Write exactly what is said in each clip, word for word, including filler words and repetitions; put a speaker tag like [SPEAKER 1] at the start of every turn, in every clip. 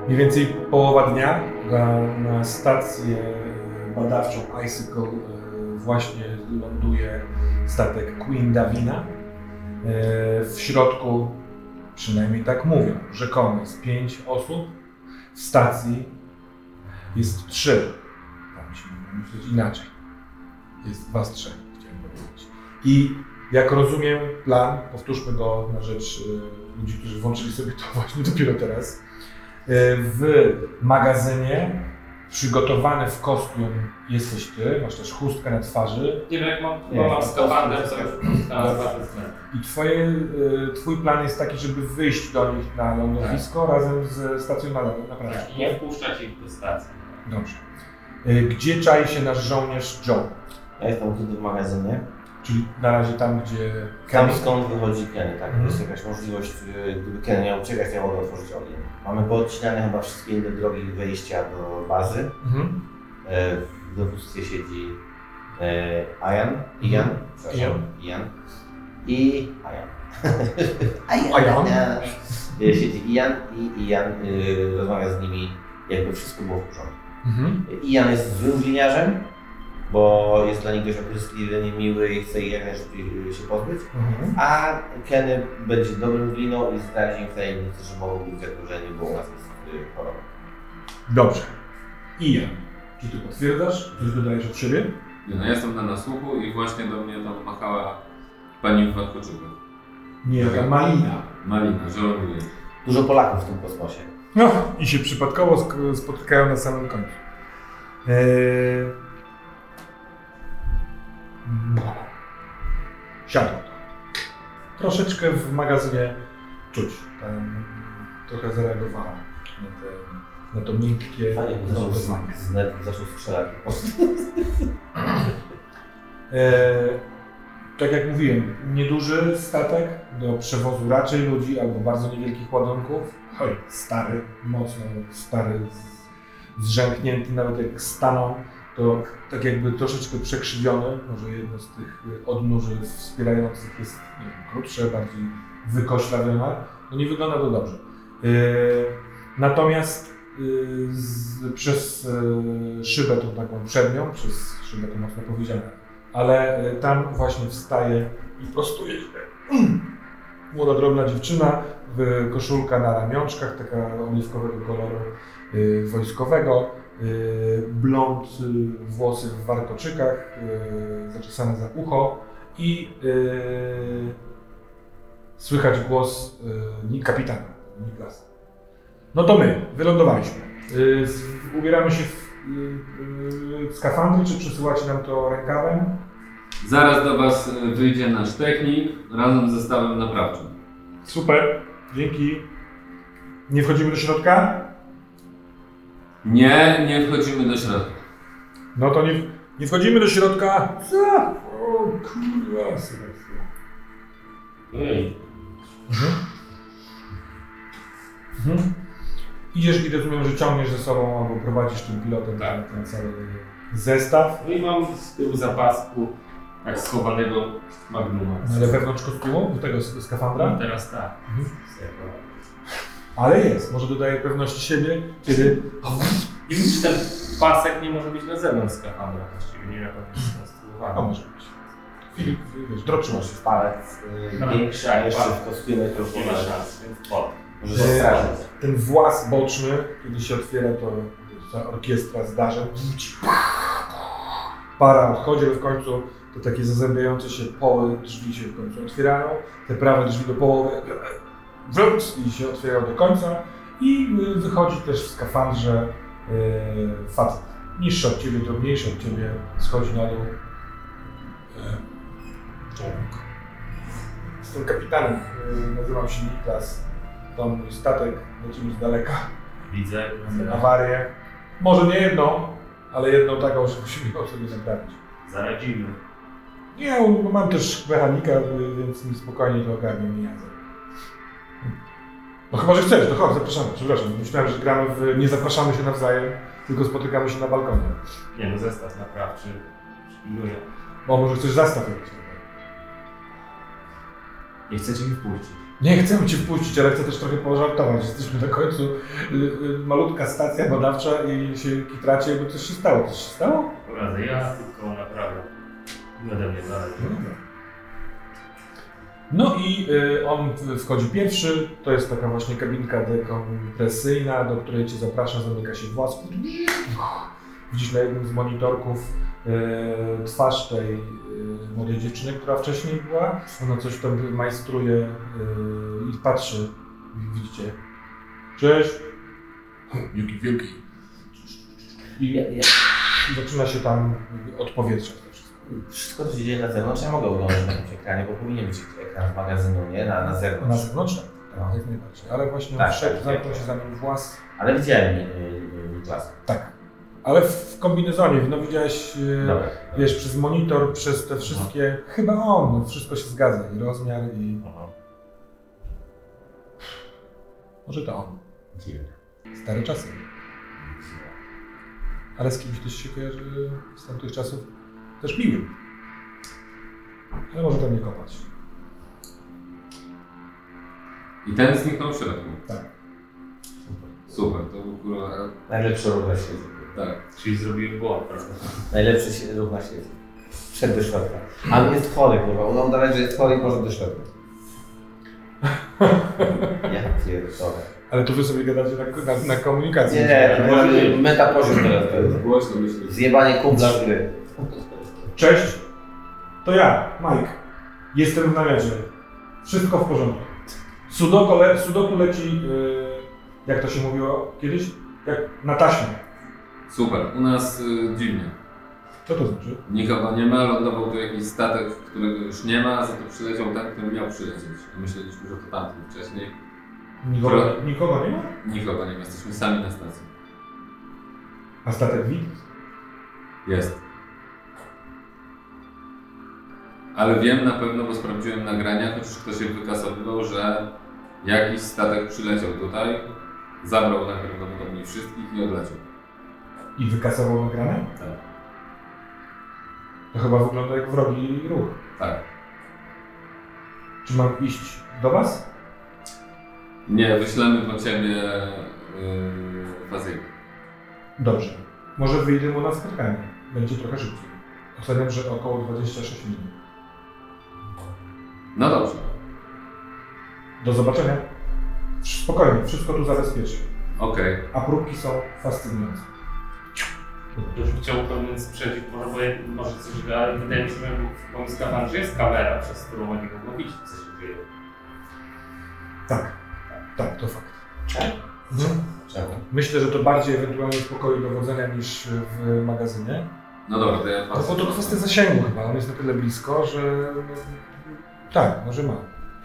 [SPEAKER 1] Mniej więcej połowa dnia na, na stację badawczą Icicle właśnie ląduje statek Queen Davina. W środku, przynajmniej tak mówią, rzekomo jest pięć osób. W stacji jest trzy. Tam się myśleć inaczej. Jest was trzech, chciałem powiedzieć. I jak rozumiem plan, powtórzmy go na rzecz ludzi, którzy włączyli sobie to właśnie dopiero teraz. W magazynie przygotowany w kostium jesteś ty, masz też chustkę na twarzy.
[SPEAKER 2] Nie wiem, jak mam, nie, mam skafander, to już
[SPEAKER 1] I twoje, twój plan jest taki, żeby wyjść do nich na lądowisko tak. razem z stacją na naprawdę.
[SPEAKER 2] Tak, i nie wpuszczać ich do stacji.
[SPEAKER 1] Dobrze. Gdzie czai się nasz żołnierz Joe?
[SPEAKER 3] Ja jestem tutaj w magazynie.
[SPEAKER 1] Czyli na razie tam, gdzie...
[SPEAKER 3] Tam skąd wychodzi Kenny, tak? Mm. Jest jakaś możliwość, gdyby Kenny miał uciekać, to ja mogę otworzyć ogień. Mamy poodcinane chyba wszystkie inne drogi wyjścia do bazy. Mm. W dowództwie siedzi e, Ian, Ian, mm. przepraszam, Ian. I Ian.
[SPEAKER 1] Ian.
[SPEAKER 3] Ian. Siedzi Ian i Ian y, rozmawia z nimi, jakby wszystko było w porządku. Mm. Ian jest złym gliniarzem, bo jest dla nich dość opryskliwy, niemiły i chce ich jak najszybciej się pozbyć. Mhm. A Kenny będzie dobrym gliną i zdradzi im w tajemnicy, że mogą być zagrożeni, bo u nas jest choroba.
[SPEAKER 1] Dobrze. Ian, czy ty potwierdzasz? Coś dodajesz od siebie?
[SPEAKER 4] No, ja jestem na nasłuchu i właśnie do mnie tam machała pani w warkoczyku.
[SPEAKER 1] Nie, ta Malina.
[SPEAKER 4] Malina, że ląduje.
[SPEAKER 3] Dużo Polaków w tym kosmosie.
[SPEAKER 1] No i się przypadkowo spotykają na samym końcu. Eee... No. Siadło to. Troszeczkę w magazynie czuć. Tam trochę zareagowała na, te, na to miękkie zachowanie.
[SPEAKER 3] Z nerwów zaczął strzelać.
[SPEAKER 1] e, tak jak mówiłem, nieduży statek do przewozu raczej ludzi albo bardzo niewielkich ładunków. Oj, stary, mocno stary, zrzęknięty, nawet jak staną. To tak jakby troszeczkę przekrzywiony, może jedno z tych odnóży wspierających jest nie wiem, krótsze, bardziej wykoślawione, no nie wygląda to dobrze. Yy, natomiast yy, z, przez yy, szybę tą taką przednią, przez szybę to mocno powiedziane, ale yy, tam właśnie wstaje i prostuje się mm. młoda, drobna dziewczyna, w koszulka na ramionczkach, taka oliwkowego koloru yy, wojskowego. Blond, włosy w warkoczykach, zaczesane za ucho i yy, słychać głos yy, kapitana Niklasa. No to my, wylądowaliśmy. Yy, ubieramy się w yy, skafandry, czy przesyłacie nam to rękawem?
[SPEAKER 4] Zaraz do was wyjdzie nasz technik razem ze stawem naprawczym.
[SPEAKER 1] Super, dzięki. Nie wchodzimy do środka?
[SPEAKER 4] Nie, nie wchodzimy do środka.
[SPEAKER 1] No to nie, nie wchodzimy do środka. Co? O kurwa, Sylwester.
[SPEAKER 2] Ej.
[SPEAKER 1] Mhm. Mhm. Idziesz i rozumiem, że ciągniesz ze sobą albo prowadzisz tym pilotem tak. ten cały zestaw.
[SPEAKER 2] No i mam z tyłu zapasku tak schowanego Magnuma.
[SPEAKER 1] Ale wewnątrz kostiumu? Do tego skafandra?
[SPEAKER 2] No teraz tak. Mhm.
[SPEAKER 1] Ale jest, może dodaje pewności siebie, kiedy...
[SPEAKER 2] I czy ten pasek nie może być na zewnątrz skafandra właściwie, nie wiem jak on jest skonstruowany.
[SPEAKER 1] A może być. Filip, wiesz, droczyło się.
[SPEAKER 3] Palec yy, większy, a jeszcze w kostiumie to już nie ma szans,
[SPEAKER 2] więc pod.
[SPEAKER 3] Może zastraszyć.
[SPEAKER 1] Ten włas boczny, kiedy się otwiera, to ta orkiestra zdarzeń. Para odchodzi, ale w końcu to takie zazębiające się poły drzwi się w końcu otwierają. Te prawe drzwi do połowy wrąc i się otwierają do końca. I wychodzi też w skafandrze yy, facet. Niższy od ciebie, drobniejszy od ciebie, schodzi na dół. Jestem kapitanem, yy, nazywam się Niklas. To mój statek, lecimy z daleka.
[SPEAKER 2] Widzę.
[SPEAKER 1] Mamy awarię. Może nie jedną, ale jedną taką, że musimy ją sobie naprawić.
[SPEAKER 2] Zaradzimy.
[SPEAKER 1] Nie, no mam też mechanika, więc mi spokojnie to ogarnie mnie. No chyba, że chcesz, to chodź, zapraszamy, przepraszam. Myślałem, że gramy w nie zapraszamy się nawzajem, tylko spotykamy się na balkonie.
[SPEAKER 2] Nie no, zestaw naprawczy. Szpiluję.
[SPEAKER 1] O, może chcesz zastaw jakiś.
[SPEAKER 2] Nie chcecie mi wpuścić.
[SPEAKER 1] Nie chcę cię wpuścić, ale chcę też trochę pożartować. Jesteśmy na końcu, y, y, malutka stacja badawcza i się kitracie, jakby coś się stało. Coś się stało?
[SPEAKER 2] Poradzę, ja tylko naprawiam. Nie ode mnie zależy.
[SPEAKER 1] No i y, on wchodzi pierwszy, to jest taka właśnie kabinka dekompresyjna, do której cię zaprasza, zamyka się włas. Widzisz na jednym z monitorków y, twarz tej y, młodej dziewczyny, która wcześniej była. Ona coś tam majstruje y, i patrzy, widzicie. Cześć! Jaki wielki. I,
[SPEAKER 3] Ja, ja,
[SPEAKER 1] I zaczyna się tam odpowietrzać.
[SPEAKER 3] wszystko, co się dzieje na zewnątrz, ja mogę oglądać na jakimś ekranie, bo powinien być ekran z magazynu, nie? Na, na
[SPEAKER 1] Na
[SPEAKER 3] zewnątrz.
[SPEAKER 1] zewnątrz? Tak, jak najbardziej. Ale właśnie
[SPEAKER 3] Tak,
[SPEAKER 1] on wszedł,
[SPEAKER 3] tak,
[SPEAKER 1] zamknął
[SPEAKER 3] tak.
[SPEAKER 1] się za nim włas.
[SPEAKER 3] Ale widziałem y, y, Niklas.
[SPEAKER 1] Tak. Ale w kombinezonie, no widziałeś, e,
[SPEAKER 3] Dobra.
[SPEAKER 1] wiesz, przez monitor, przez te wszystkie, chyba on, wszystko się zgadza, i rozmiar, i
[SPEAKER 3] Aha.
[SPEAKER 1] może to on.
[SPEAKER 3] Dziwne.
[SPEAKER 1] Stare czasy. Ale z kimś też się kojarzy z tamtych czasów też miłym. Ale może tam nie kopać.
[SPEAKER 4] I ten zniknął w środku.
[SPEAKER 1] Tak.
[SPEAKER 4] Super, to był kurwa...
[SPEAKER 3] Najlepszy ruch na świecie.
[SPEAKER 4] Tak.
[SPEAKER 2] Czyli zrobiłem błąd, prawda?
[SPEAKER 3] Najlepszy się- ruch na świecie. Wszedł do środka. A on jest chory, kurwa. On udaje, że jest chory i poszedł do środka. Ja pierdolę.
[SPEAKER 1] Ale to wy sobie gadacie na, na, na komunikacji.
[SPEAKER 3] Nie, to może metapoziom teraz to jest.
[SPEAKER 4] Głośno myślę.
[SPEAKER 3] Zjebanie kumpla z gry.
[SPEAKER 1] Cześć, to ja, Mike. Jestem w namiocie. Wszystko w porządku. Sudoku, le, sudoku leci, yy, jak to się mówiło kiedyś? Jak na taśmę.
[SPEAKER 4] Super, u nas y, dziwnie.
[SPEAKER 1] Co to znaczy?
[SPEAKER 4] Nikogo nie ma, lądował tu jakiś statek, którego już nie ma, za to przyleciał ten, który miał przylecieć. Myśleliśmy, że to tamten wcześniej.
[SPEAKER 1] Nikogo,
[SPEAKER 4] Pro-
[SPEAKER 1] nikogo nie ma?
[SPEAKER 4] Nikogo nie ma, jesteśmy sami na stacji.
[SPEAKER 1] A statek wid?
[SPEAKER 4] Jest. Ale wiem na pewno, bo sprawdziłem nagrania, chociaż ktoś się wykasowywał, że jakiś statek przyleciał tutaj, zabrał najprawdopodobniej wszystkich i odleciał.
[SPEAKER 1] I wykasował nagrane?
[SPEAKER 4] Tak.
[SPEAKER 1] To chyba wygląda jak wrogi ruch.
[SPEAKER 4] Tak.
[SPEAKER 1] Czy mam iść do was?
[SPEAKER 4] Nie, wyślemy po ciebie yy, Faziego.
[SPEAKER 1] Dobrze. Może wyjdę mu na spotkanie. Będzie trochę szybciej. Oceniam, że około dwadzieścia sześć minut.
[SPEAKER 4] No dobrze.
[SPEAKER 1] Do zobaczenia. Spokojnie, wszystko tu zabezpieczy.
[SPEAKER 4] Okej.
[SPEAKER 1] A próbki są fascynujące.
[SPEAKER 2] Już chciał pewien sprzęcić, może, bo je- może coś, ale wydaje mi się, że w moim skafanrze jest kamera, przez którą oni mogą widzieć, co się dzieje.
[SPEAKER 1] Tak. Tak, to fakt.
[SPEAKER 3] Tak?
[SPEAKER 1] Mhm.
[SPEAKER 3] Czemu?
[SPEAKER 1] Myślę, że to bardziej ewentualnie w pokoju dowodzenia niż w magazynie.
[SPEAKER 4] No dobra, to ja
[SPEAKER 1] No bo to kwestia zasięgu chyba. On jest na tyle blisko, że... Tak, może ma.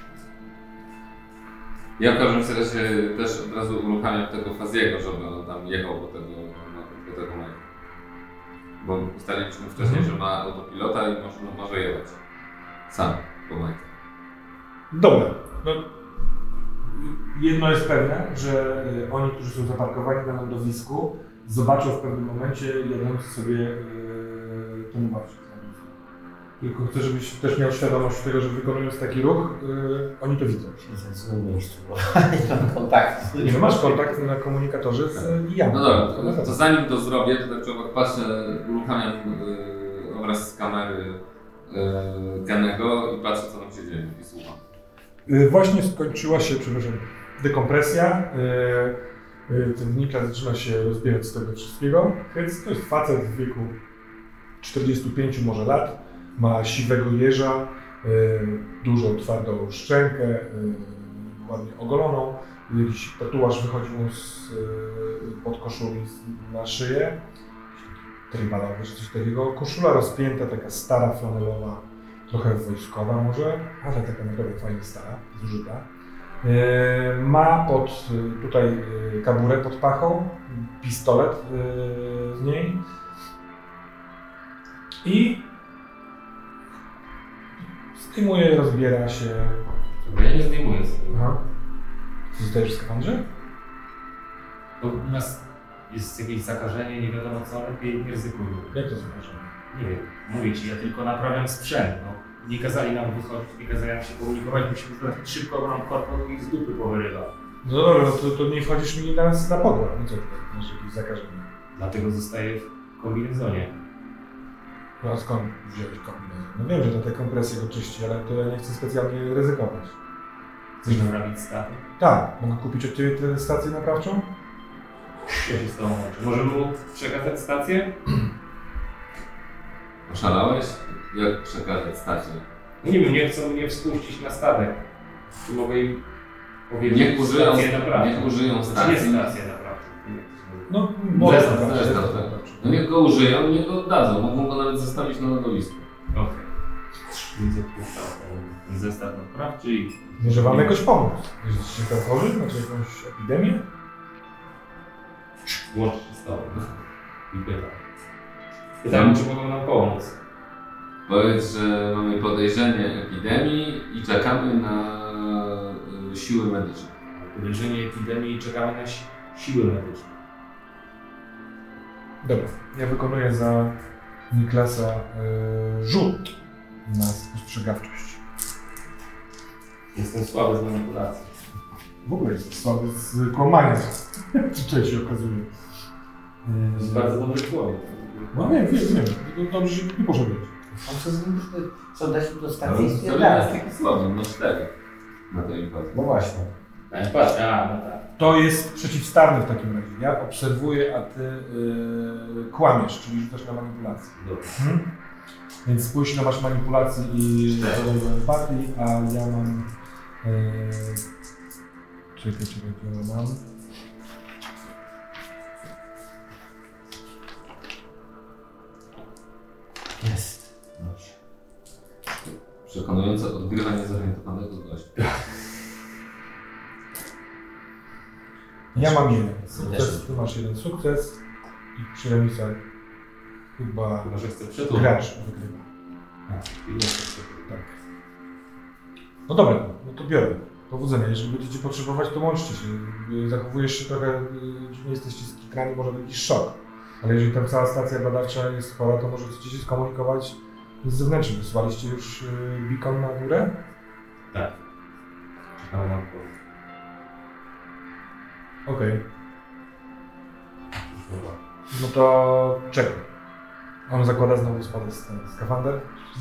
[SPEAKER 4] Ja w każdym razie też od razu uruchamiam tego Faziego, żeby on tam jechał po tego, do tego Majka. Bo ustaliliśmy wcześniej,
[SPEAKER 1] Mhm.
[SPEAKER 4] że ma autopilota i może, no, może jechać sam po Majka.
[SPEAKER 1] Dobra. No, jedno jest pewne, że y, oni, którzy są zaparkowani na lądowisku, zobaczą w pewnym momencie jadący sobie yy, ten Maciek. Tylko chcę, żebyś też miał świadomość tego, że wykonując taki ruch, yy, oni to widzą.
[SPEAKER 3] Jest w złym miejscu, bo nie mam kontaktu.
[SPEAKER 1] Nie masz kontakt na komunikatorze z Janem.
[SPEAKER 4] No dobra, to, to zanim to zrobię, to tak trzeba patrzę, uruchamiam yy, obraz z kamery yy, Ganego i patrzę, co tam się dzieje i słucham.
[SPEAKER 1] Yy, właśnie skończyła się, przepraszam, dekompresja. Yy, yy, ten Niklas zaczyna się rozbierać z tego wszystkiego. Więc to jest facet w wieku czterdziestu pięciu może lat. Ma siwego jeża, yy, dużą, twardą szczękę, yy, ładnie ogoloną. Jakiś tatuaż wychodzi mu z, yy, pod koszuli z- na szyję. Trybalowy czy coś takiego. Koszula rozpięta, taka stara, flanelowa, trochę wojskowa może, ale taka naprawdę fajnie stara, zużyta. Yy, ma pod, yy, tutaj yy, kaburę pod pachą, pistolet yy, z niej. I zdejmuje, rozbiera się.
[SPEAKER 2] Bo ja nie zdejmuję sobie.
[SPEAKER 1] Aha. Ty zostajesz w skafandrze?
[SPEAKER 2] Bo u nas jest jakieś zakażenie, nie wiadomo co, lepiej nie ryzykujmy.
[SPEAKER 1] Jak to zobaczymy?
[SPEAKER 2] Nie wiem, mówię ci, ja tylko naprawiam sprzęt, no. nie kazali nam wychodzić, nie kazali nam się komunikować, musimy trafić szybko, nam korporu i z dupy powyrywa.
[SPEAKER 1] No dobra, no to, to nie wchodzisz mi na, na pokład, no co tutaj, masz jakieś zakażenie.
[SPEAKER 2] Dlatego zostaję w kombinezonie.
[SPEAKER 1] No a skąd wziąłeś kombinezon? No wiem, że to te kompresje go czyści, ale to ja nie chcę specjalnie ryzykować.
[SPEAKER 2] Chcesz naprawić statek?
[SPEAKER 1] Tak, mogę kupić od Ciebie tę stację naprawczą?
[SPEAKER 2] Ja się z tobą łączę. Możemy mu przekazać stację?
[SPEAKER 4] Oszalałeś? Jak przekazać stację?
[SPEAKER 2] No nie wiem, nie chcą mnie wspuścić na statek. Mogę im powiedzieć
[SPEAKER 4] Niech użyją,
[SPEAKER 2] stację naprawczą.
[SPEAKER 4] niech użyją
[SPEAKER 2] Znaczy nie
[SPEAKER 4] stacji.
[SPEAKER 2] stację naprawczą.
[SPEAKER 1] No, może
[SPEAKER 2] Zestaw,
[SPEAKER 1] naprawczyć,
[SPEAKER 4] zestaw,
[SPEAKER 1] zestaw
[SPEAKER 4] tak.
[SPEAKER 1] naprawczy.
[SPEAKER 4] No niech go użyją, niech go oddadzą. Mogą go nawet zostawić na lodowisku.
[SPEAKER 2] Okej. Więc odpuszczał ten- ten zestaw naprawczy i...
[SPEAKER 1] Może Wam jakoś pomóc? Jesteście tam chorzy? Macie jakąś epidemię?
[SPEAKER 2] Łączy się z tobą. I pytam. Pytam, czy mogą nam pomóc.
[SPEAKER 4] Powiedz, że mamy podejrzenie epidemii i czekamy na y, siły medyczne.
[SPEAKER 2] Podejrzenie epidemii i czekamy na si- siły medyczne.
[SPEAKER 1] Dobra, ja wykonuję za Niklasa y, rzut na spostrzegawczość.
[SPEAKER 2] Jestem słaby z manipulacji.
[SPEAKER 1] W ogóle jest słaby z kłamania. Tutaj się okazuje.
[SPEAKER 2] To jest bardzo dobry człowiek.
[SPEAKER 1] No wiem, wiem, wiem. To dobrze, że nie poszedłeś.
[SPEAKER 3] On chce z nim co dać mu do
[SPEAKER 4] No,
[SPEAKER 3] stacji i
[SPEAKER 4] to
[SPEAKER 3] spierdalać.
[SPEAKER 4] jest taki słaby, no cztery na tej imprezie.
[SPEAKER 3] No właśnie.
[SPEAKER 2] Tak, patrz, a, no tak.
[SPEAKER 1] To jest przeciwstawny w takim razie. Ja obserwuję, a ty yy, kłamiesz, czyli rzucasz na manipulację.
[SPEAKER 2] Dobra.
[SPEAKER 1] Mhm. Więc spójrz, ile masz manipulacji i
[SPEAKER 4] Cztery.
[SPEAKER 1] empatii, a ja mam... Yy, czekaj, czekaj, ja mam...
[SPEAKER 3] Jest. Dobrze.
[SPEAKER 4] Przekonujące odgrywanie zorientowanego gościa.
[SPEAKER 1] Ja mam jeden
[SPEAKER 3] Też.
[SPEAKER 1] sukces, ty masz jeden sukces i przy remisach chyba
[SPEAKER 2] Może chcę przetłumaczyć.
[SPEAKER 1] gracz wygrywa.
[SPEAKER 2] A, i jeszcze chcę.
[SPEAKER 1] Tak. No dobra, no to biorę. Powodzenia. Jeżeli będziecie potrzebować, to łączcie się. Y, Zachowujesz się trochę, y, dziwnie jesteście skitrani, może jakiś szok. Ale jeżeli tam cała stacja badawcza jest spora, to może chcecie się skomunikować z zewnętrznym. Wysłaliście już y, beacon na górę?
[SPEAKER 2] Tak. Czekamy na odpowiedź.
[SPEAKER 1] Okej. No to czekaj. On zakłada znowu spada z ten skafander.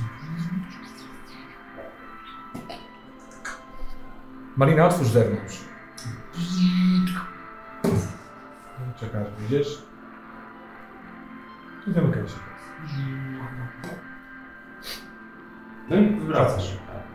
[SPEAKER 1] Marina, otwórz zewnątrz. Czekasz, widzisz? I zamykaj się.
[SPEAKER 2] No i wracasz.
[SPEAKER 1] Tak.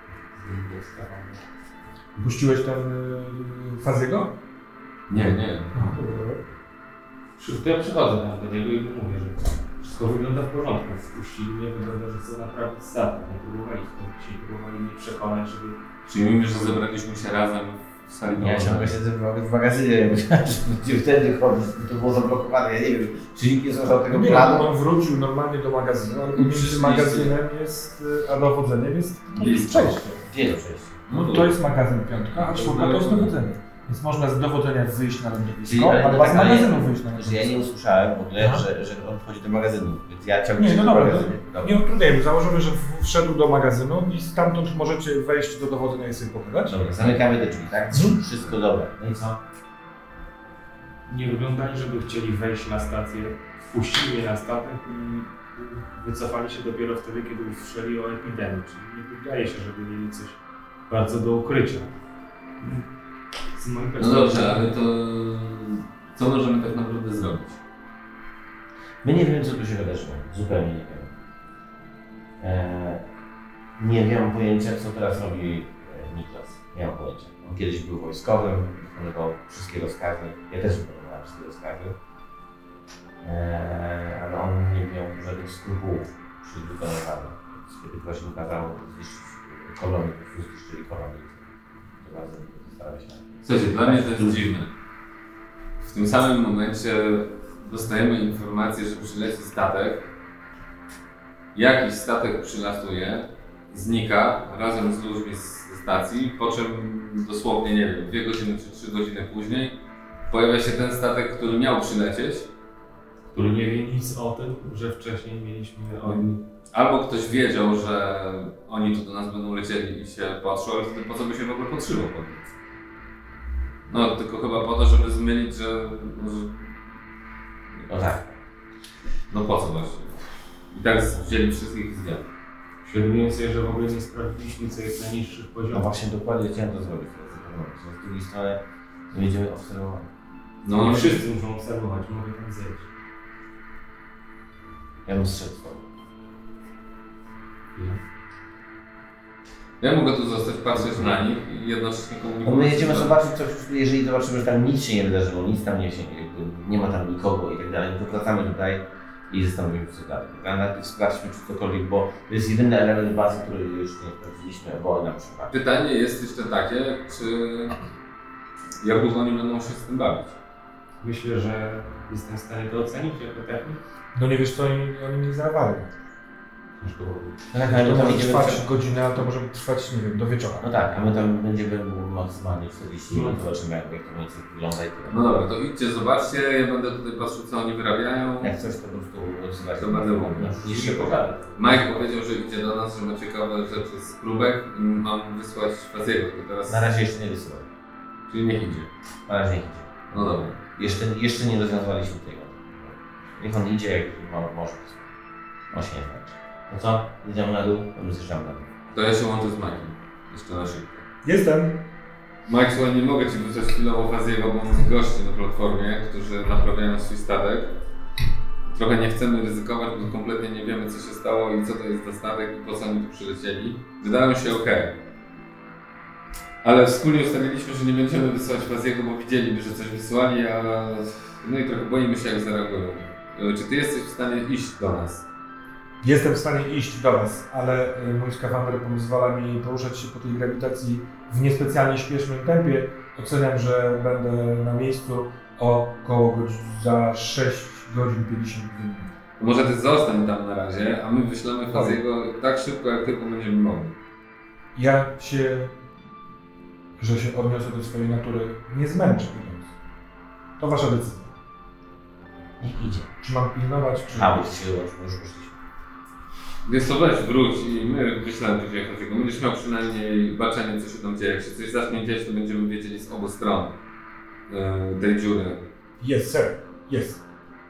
[SPEAKER 1] Puściłeś ten y, Faziego?
[SPEAKER 4] Nie, nie.
[SPEAKER 2] Przy- To ja przychodzę tam do niego i mu mówię, że wszystko wygląda w porządku. Wpuścili mnie, wygląda, że chcą naprawić statek. Nie próbowali, nie próbowali mnie przekonać, żeby...
[SPEAKER 4] Przyjmijmy, że zebraliśmy się razem w sali
[SPEAKER 3] Ja ciągle
[SPEAKER 4] domowej.
[SPEAKER 3] siedzę w w magazynie, ja myślałem, że będzie wtedy chodzić, to było zablokowane, ja nie wiem, czy nikt nie słuchał tego
[SPEAKER 1] Nie,
[SPEAKER 3] planu.
[SPEAKER 1] on wrócił normalnie do magazynu, ale między
[SPEAKER 4] przyszliście.
[SPEAKER 1] magazynem jest, y, a dowodzeniem jest, to jest
[SPEAKER 4] Jest
[SPEAKER 1] przejście.
[SPEAKER 3] Gdzie to przejście?
[SPEAKER 1] No to jest magazyn piątka, a czwórka to jest dowodzenie. Więc można z dowodzenia wyjść na
[SPEAKER 3] Czyli,
[SPEAKER 1] lądowisko,
[SPEAKER 3] ale
[SPEAKER 1] albo z
[SPEAKER 3] tak, ale-
[SPEAKER 1] magazynu wyjść na
[SPEAKER 3] Że
[SPEAKER 1] lądowisko.
[SPEAKER 3] ja nie usłyszałem w ogóle,
[SPEAKER 1] Aha.
[SPEAKER 3] że, że on wchodzi do magazynu, więc ja ciągle
[SPEAKER 1] Nie, no
[SPEAKER 3] siedzę w
[SPEAKER 1] dobra,
[SPEAKER 3] magazynie.
[SPEAKER 1] to nie utrudniajmy. Założymy, że w- wszedł do magazynu i stamtąd możecie wejść do dowodzenia i sobie pogadać.
[SPEAKER 3] Dobra, zamykamy te drzwi, tak? Wszystko dobre. No i co?
[SPEAKER 2] Nie wyglądali, żeby chcieli wejść na stację, wpuścili mnie na statek i wycofali się dopiero wtedy, kiedy usłyszeli o epidemii. Czyli nie wydaje się, żeby mieli coś bardzo do ukrycia. Z mojej
[SPEAKER 4] No dobrze, ale to co możemy tak naprawdę zrobić?
[SPEAKER 3] My nie wiemy, co tu się wydarzyło. Zupełnie nie wiemy. Eee, nie mam pojęcia, co teraz robi e, Niklas. Nie mam pojęcia. On kiedyś był wojskowym, wykonywał wszystkie rozkazy. Ja też wykonywałem wszystkie rozkazy. Eee, ale on nie miał żadnych skrupułów przy wykonywaniu. Kiedy ktoś mu kazał zniszczyć kolonię, to zniszczyli kolonię. To bardzo staramy się.
[SPEAKER 4] Słuchajcie, dla mnie to jest dziwne. W tym samym momencie dostajemy informację, że przyleci statek. Jakiś statek przylatuje, znika razem z ludźmi z stacji, po czym dosłownie, nie wiem, dwie godziny czy trzy godziny później pojawia się ten statek, który miał przylecieć,
[SPEAKER 2] Który nie wie nic o tym, że wcześniej mieliśmy oni.
[SPEAKER 4] Albo ktoś wiedział, że oni tu do nas będą lecieli i się patrzą, ale wtedy po co by się w ogóle patrzyło po tym? No, tylko chyba po to, żeby zmylić, że... że...
[SPEAKER 3] No tak.
[SPEAKER 4] No po co właśnie? I tak wzięli wszystkich i zdjęli.
[SPEAKER 2] Świadomuję sobie, że w ogóle nie sprawdziliśmy, co jest na niższych
[SPEAKER 3] No
[SPEAKER 2] poziomach.
[SPEAKER 3] właśnie dokładnie chciałem to zrobić. Z drugiej strony będziemy obserwować.
[SPEAKER 4] No,
[SPEAKER 2] Nie
[SPEAKER 4] ale
[SPEAKER 2] wszyscy muszą obserwować, mogę tam zejść.
[SPEAKER 3] Ja bym zszedł z tobą.
[SPEAKER 4] ja mogę tu zostać, patrzeć na nich i jednocześnie
[SPEAKER 3] No
[SPEAKER 4] komunikować.
[SPEAKER 3] my jedziemy
[SPEAKER 4] z-
[SPEAKER 3] zobaczyć coś, jeżeli zobaczymy, że tam nic się nie wydarzyło, nic tam nie, się, nie ma tam nikogo i tak dalej, to wracamy tutaj i zastanowimy się co dalej. A najpierw sprawdźmy, czy cokolwiek, bo to jest jedyny element bazy, który już nie sprawdziliśmy, bo na przykład.
[SPEAKER 4] Pytanie jest jeszcze takie, czy jak długo oni będą się z tym bawić?
[SPEAKER 2] Myślę, że jestem w stanie to ocenić jako technik.
[SPEAKER 1] No nie wiesz co, oni, oni nie zarawali.
[SPEAKER 2] Ciężko powiedzieć.
[SPEAKER 3] No tak,
[SPEAKER 1] To
[SPEAKER 3] ale my tam
[SPEAKER 1] może
[SPEAKER 3] będziemy
[SPEAKER 1] trwać godzinę, a to może trwać, nie wiem, do wieczora.
[SPEAKER 3] No tak, a my tam będziemy maksymalnie czterdzieści minut, zobaczymy jak, jak to mniej więcej wygląda i tyle.
[SPEAKER 4] No dobra, to idźcie, zobaczcie, ja będę tutaj patrzył, co oni wyrabiają.
[SPEAKER 3] Jak coś to po prostu odzywać.
[SPEAKER 4] To będę mógł.
[SPEAKER 3] Niż się pokaże.
[SPEAKER 4] Mike powiedział, że idzie do nas, że ma ciekawe rzeczy z próbek i mam wysłać Faziego, to teraz...
[SPEAKER 3] Na razie jeszcze nie wysyłam.
[SPEAKER 4] Czyli niech idzie.
[SPEAKER 3] Na razie nie idzie.
[SPEAKER 4] No dobra.
[SPEAKER 3] Jeszcze, jeszcze nie rozwiązaliśmy tego. Niech on idzie, jak ma, może. On się nie znaczy. No co? Idziemy na dół? To my zjeżdżamy na dół.
[SPEAKER 4] To ja się łączę z Mike'iem. Jeszcze na szybko.
[SPEAKER 1] Jestem.
[SPEAKER 4] Mike, słuchaj, nie mogę Ci wysłać chwilowo Faziego, bo mam gości na platformie, którzy naprawiają swój statek. Trochę nie chcemy ryzykować, bo kompletnie nie wiemy, co się stało i co to jest za statek i po co oni tu przylecieli. Wydają się ok. Ale wspólnie ustaliliśmy, że nie będziemy wysyłać Faziego, bo widzieliby, że coś wysłali, a... No i trochę boimy się, jak zareagują. Czy Ty jesteś w stanie iść do nas?
[SPEAKER 1] Jestem w stanie iść do Was, ale y, mój skafander pozwala mi poruszać się po tej grawitacji w niespecjalnie śpiesznym tempie. Oceniam, że będę na miejscu około godz- za sześć godzin pięćdziesiąt minut.
[SPEAKER 4] Może Ty zostań tam na razie, a my wyślemy Faziego tak szybko, jak tylko będziemy mogli.
[SPEAKER 1] Ja się, że się odniosę do swojej natury, nie zmęczę idąc. To Wasza decyzja.
[SPEAKER 3] Niech idzie.
[SPEAKER 1] Czy mam pilnować, czy...
[SPEAKER 3] A, bo się już poszliśmy.
[SPEAKER 4] Wiesz co, weź, wróć i my wyślemy Cię Faziego. Będziesz miał przynajmniej baczenie, co się tam dzieje. Jak się coś zacznie dziać, to będziemy wiedzieli z obu stron yy, tej dziury.
[SPEAKER 1] Yes, sir. Yes.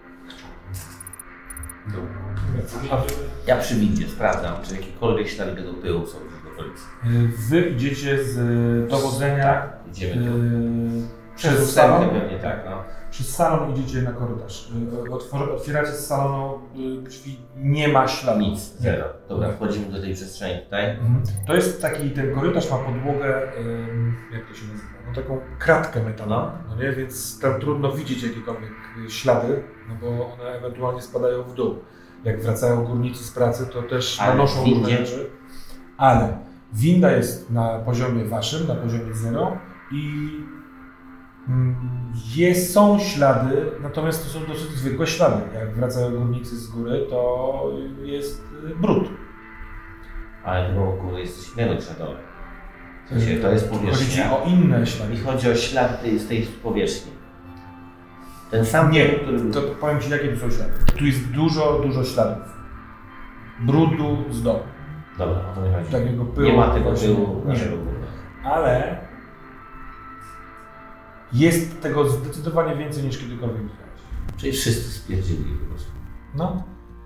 [SPEAKER 1] A
[SPEAKER 3] Ja przy windzie sprawdzam, czy jakiekolwiek ślady tego pyłu są w okolicy.
[SPEAKER 1] y, Wy idziecie z y, dowodzenia
[SPEAKER 3] Tak, idziemy tu.
[SPEAKER 1] y, przez
[SPEAKER 3] Przez
[SPEAKER 1] salon.
[SPEAKER 3] ósemkę pewnie tak, no.
[SPEAKER 1] Przez salon idziecie na korytarz. Y, otwor- Otwieracie z salonu y, drzwi, nie ma śladu.
[SPEAKER 3] Nic, zero. Dobra, wchodzimy do tej przestrzeni tutaj.
[SPEAKER 1] Mhm. To jest taki, ten korytarz ma podłogę, ym, jak to się nazywa, no taką kratkę metalową, no nie? Więc tam trudno widzieć jakiekolwiek y, ślady, no bo one ewentualnie spadają w dół. Jak wracają górnicy z pracy, to też
[SPEAKER 3] Ale
[SPEAKER 1] nanoszą
[SPEAKER 3] w windzie?
[SPEAKER 1] różne rzeczy. Ale winda jest na poziomie waszym, na poziomie zero i mm, jest, są ślady, natomiast to są dosyć zwykłe ślady. Jak wracają górnicy z góry, to jest y, brud.
[SPEAKER 3] Ale chyba u góry jest coś innego niż na dole. W sensie, to jest
[SPEAKER 1] Chodzi ci
[SPEAKER 3] powierzchnia.
[SPEAKER 1] o inne ślady.
[SPEAKER 3] Mi chodzi o ślad tej, z tej powierzchni. Ten sam
[SPEAKER 1] Nie,
[SPEAKER 3] pył, który był.
[SPEAKER 1] to powiem Ci, jakie tu są ślady. Tu jest dużo, dużo śladów. Brudu z dołu.
[SPEAKER 3] Dobra, o to mi chodzi.
[SPEAKER 1] Takiego pyłu.
[SPEAKER 3] Nie ma tego
[SPEAKER 1] właśnie,
[SPEAKER 3] pyłu
[SPEAKER 1] nie.
[SPEAKER 3] naszego góry.
[SPEAKER 1] Ale jest tego zdecydowanie więcej niż kiedykolwiek widziałeś.
[SPEAKER 3] Czyli wszyscy spierdzieli po prostu.
[SPEAKER 1] No.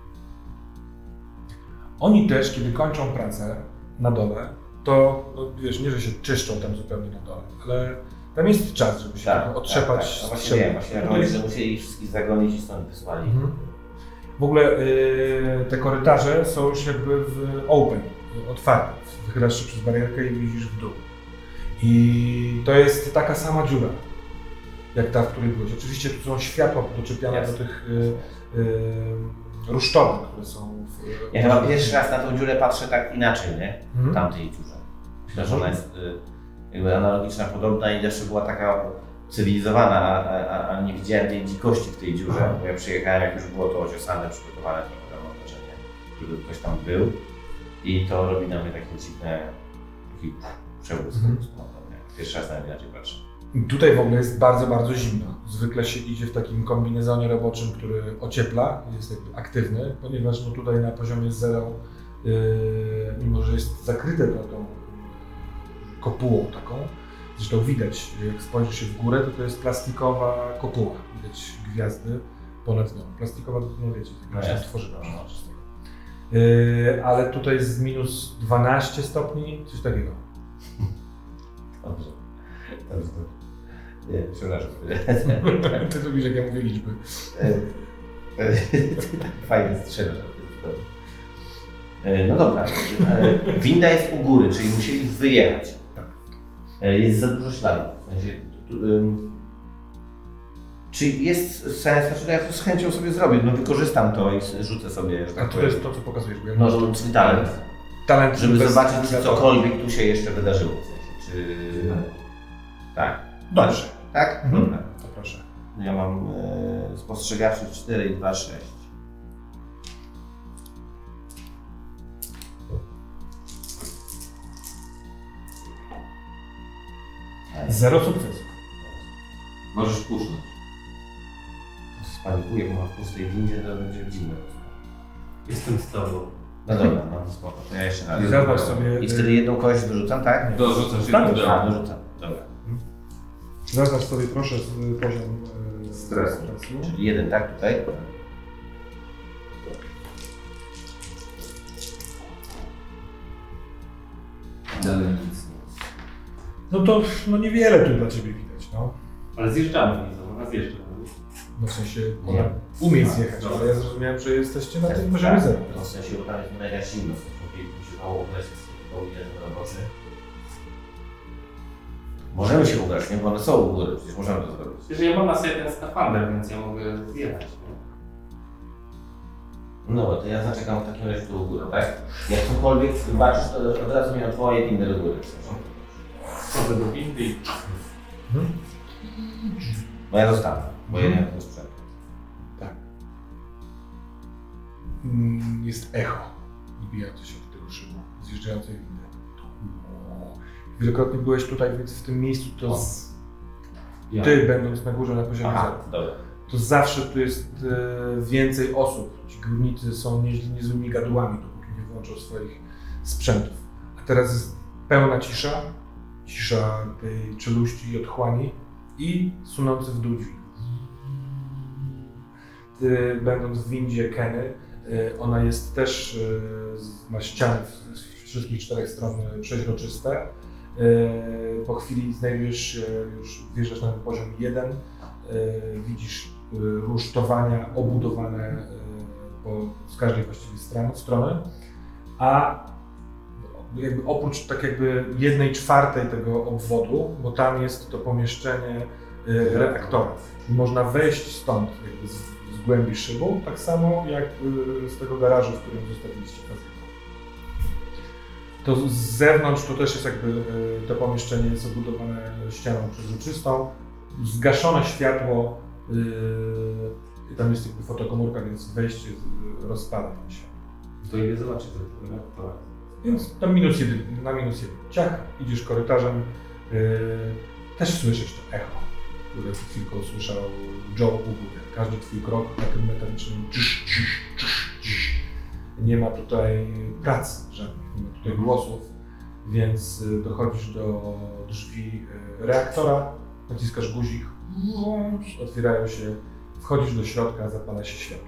[SPEAKER 1] Oni też, kiedy kończą pracę na dole, to no, wiesz, nie, że się czyszczą tam zupełnie na dole, ale tam jest czas, żeby się tak, otrzepać.
[SPEAKER 3] Tak, tak. No właśnie
[SPEAKER 1] strzepać.
[SPEAKER 3] wiem, właśnie jak
[SPEAKER 1] To
[SPEAKER 3] oni,
[SPEAKER 1] jest-
[SPEAKER 3] że musieli ich wszystkich zagonić i stąd wysłali.
[SPEAKER 1] Mhm. W ogóle y, te korytarze są już jakby w open, otwarte. Wychylasz się przez barierkę i widzisz w dół. I to jest taka sama dziura, jak ta, w której byłeś. Oczywiście tu są światła doczepiane
[SPEAKER 3] Jasne.
[SPEAKER 1] do tych y, y, rusztowych, które są w...
[SPEAKER 3] Ja chyba pierwszy raz na tą dziurę patrzę tak inaczej, nie? W
[SPEAKER 1] Mhm.
[SPEAKER 3] tamtej dziurze. Myślę, że ona jest y, jakby analogiczna, podobna i jeszcze była taka cywilizowana, a, a, a nie widziałem tej dzikości w tej dziurze,
[SPEAKER 1] Aha.
[SPEAKER 3] bo ja przyjechałem, jak już było to ociosane, przygotowane, to mam wrażenie, żeby ktoś tam był i to robi na mnie takie dziwne, taki przebłysk.
[SPEAKER 1] Mhm.
[SPEAKER 3] Pierwszy raz na inaczej patrzę.
[SPEAKER 1] I tutaj w ogóle jest bardzo, bardzo zimno. Zwykle się idzie w takim kombinezonie roboczym, który ociepla, jest jakby aktywny, ponieważ no tutaj na poziomie zero, yy, mimo że jest zakryte to tą kopułą taką, zresztą widać, jak spojrzy się w górę, to to jest plastikowa kopuła, widać gwiazdy ponad nią. Plastikowa, no wiecie, taka się tworzyła przecież. Yy, ale tutaj jest minus dwanaście stopni, coś takiego.
[SPEAKER 3] Dobrze. Dobrze. Nie, przepraszam.
[SPEAKER 1] Ty lubisz, jak ja mówię liczby.
[SPEAKER 3] Fajnie strzelasz. No dobra. Winda jest u góry, czyli musieli wyjechać. Jest za dużo śladów. Czy jest sens, znaczy ja to z chęcią sobie zrobię, no wykorzystam to i rzucę sobie.
[SPEAKER 1] A to jest to, co pokazujesz. Bo ja
[SPEAKER 3] no, żeby twój talent.
[SPEAKER 1] Talent,
[SPEAKER 3] żeby
[SPEAKER 1] bez...
[SPEAKER 3] zobaczyć, czy cokolwiek tu się jeszcze wydarzyło. W sensie, czy... Tak.
[SPEAKER 1] Dobrze.
[SPEAKER 3] Tak?
[SPEAKER 1] Mhm.
[SPEAKER 3] Dobra.
[SPEAKER 1] To proszę.
[SPEAKER 3] Ja mam e, spostrzegawczy cztery i dwa, sześć.
[SPEAKER 1] Zero sukcesów.
[SPEAKER 4] Możesz pusznąć.
[SPEAKER 3] Spanikuję, bo mam w pustej windzie, to będzie dziwne.
[SPEAKER 2] Jestem z tobą.
[SPEAKER 3] No dobra, no spoko, to ja jeszcze raz.
[SPEAKER 1] I zobacz sobie...
[SPEAKER 3] I wtedy jedną kość wyrzucam, tak?
[SPEAKER 4] Dorzucam się
[SPEAKER 1] Tak,
[SPEAKER 4] do
[SPEAKER 3] A, wyrzucam, dobra.
[SPEAKER 1] Zaznacz sobie proszę poziom e,
[SPEAKER 4] Stresu.
[SPEAKER 3] Czyli jeden, tak, tutaj?
[SPEAKER 4] Dalej nic.
[SPEAKER 1] No to no niewiele tu dla Ciebie widać, no.
[SPEAKER 2] Ale zjeżdżamy wizą, ona zjeżdża.
[SPEAKER 1] No w sensie
[SPEAKER 3] Nie.
[SPEAKER 1] ona umie zjechać, ale ja zrozumiałem, że jesteście na tym poziomie zero.
[SPEAKER 3] No w sensie, bo tam jest mega zimno, w sensie, mi się dało ubrać jeden roboczy. Możemy się ubrać, nie? Bo one są u góry, przecież możemy to zrobić.
[SPEAKER 2] Przecież ja mam na sobie ten skafander, więc ja mogę zjechać. Nie?
[SPEAKER 3] No, to ja zaczekam w takim razie tu u góry, tak? Jak cokolwiek zobaczysz, to od razu mi odwołaję windę do góry.
[SPEAKER 2] Wchodzę do windy i...
[SPEAKER 1] Mhm.
[SPEAKER 3] Bo ja zostanę, bo ja nie mam tego sprzętu.
[SPEAKER 1] Tak. Mm, Jest echo odbijające się od tego szybu, zjeżdżającej windy. Wielokrotnie byłeś tutaj, więc w tym miejscu to z...
[SPEAKER 2] Ja.
[SPEAKER 1] Ty, będąc na górze na poziomie
[SPEAKER 3] Aha,
[SPEAKER 1] zero,
[SPEAKER 3] dobra.
[SPEAKER 1] to zawsze tu jest e, więcej osób. Ci górnicy są nie, niezłymi gadułami, dopóki nie włączą swoich sprzętów. A teraz jest pełna cisza, cisza tej czeluści i otchłani i sunący w dół dźwig. Ty, będąc w windzie Kenny, e, ona jest też, e, z- ma ściany z, z wszystkich czterech stron przeźroczyste. E, po chwili znajdujesz się, już wjeżdżasz na ten poziom jeden, e, widzisz e, rusztowania obudowane e, po, z każdej właściwie strony, strony, a jakby oprócz tak jakby jednej czwartej tego obwodu, bo tam jest to pomieszczenie e, reaktora. Można wejść stąd jakby z, z głębi szybu, tak samo jak e, z tego garażu, w którym zostawiliście kasetę. To z zewnątrz to też jest jakby y, to pomieszczenie jest obudowane ścianą przezroczystą, zgaszone światło, y, tam jest jakby fotokomórka, więc wejście y, rozpada ten światło.
[SPEAKER 2] To idę zobaczyć to reaktora.
[SPEAKER 1] Więc tam minus jeden, na minus jeden. Ciach, idziesz korytarzem, y, też słyszysz to echo, które przed chwilką usłyszał Joe u góry. Każdy twój krok na tym metalicznym cisz, cisz, cisz, cisz. Nie ma tutaj pracy żadnych, nie ma tutaj głosów, więc y, dochodzisz do drzwi y, reaktora, naciskasz guzik, otwierają się, wchodzisz do środka, zapala się światło.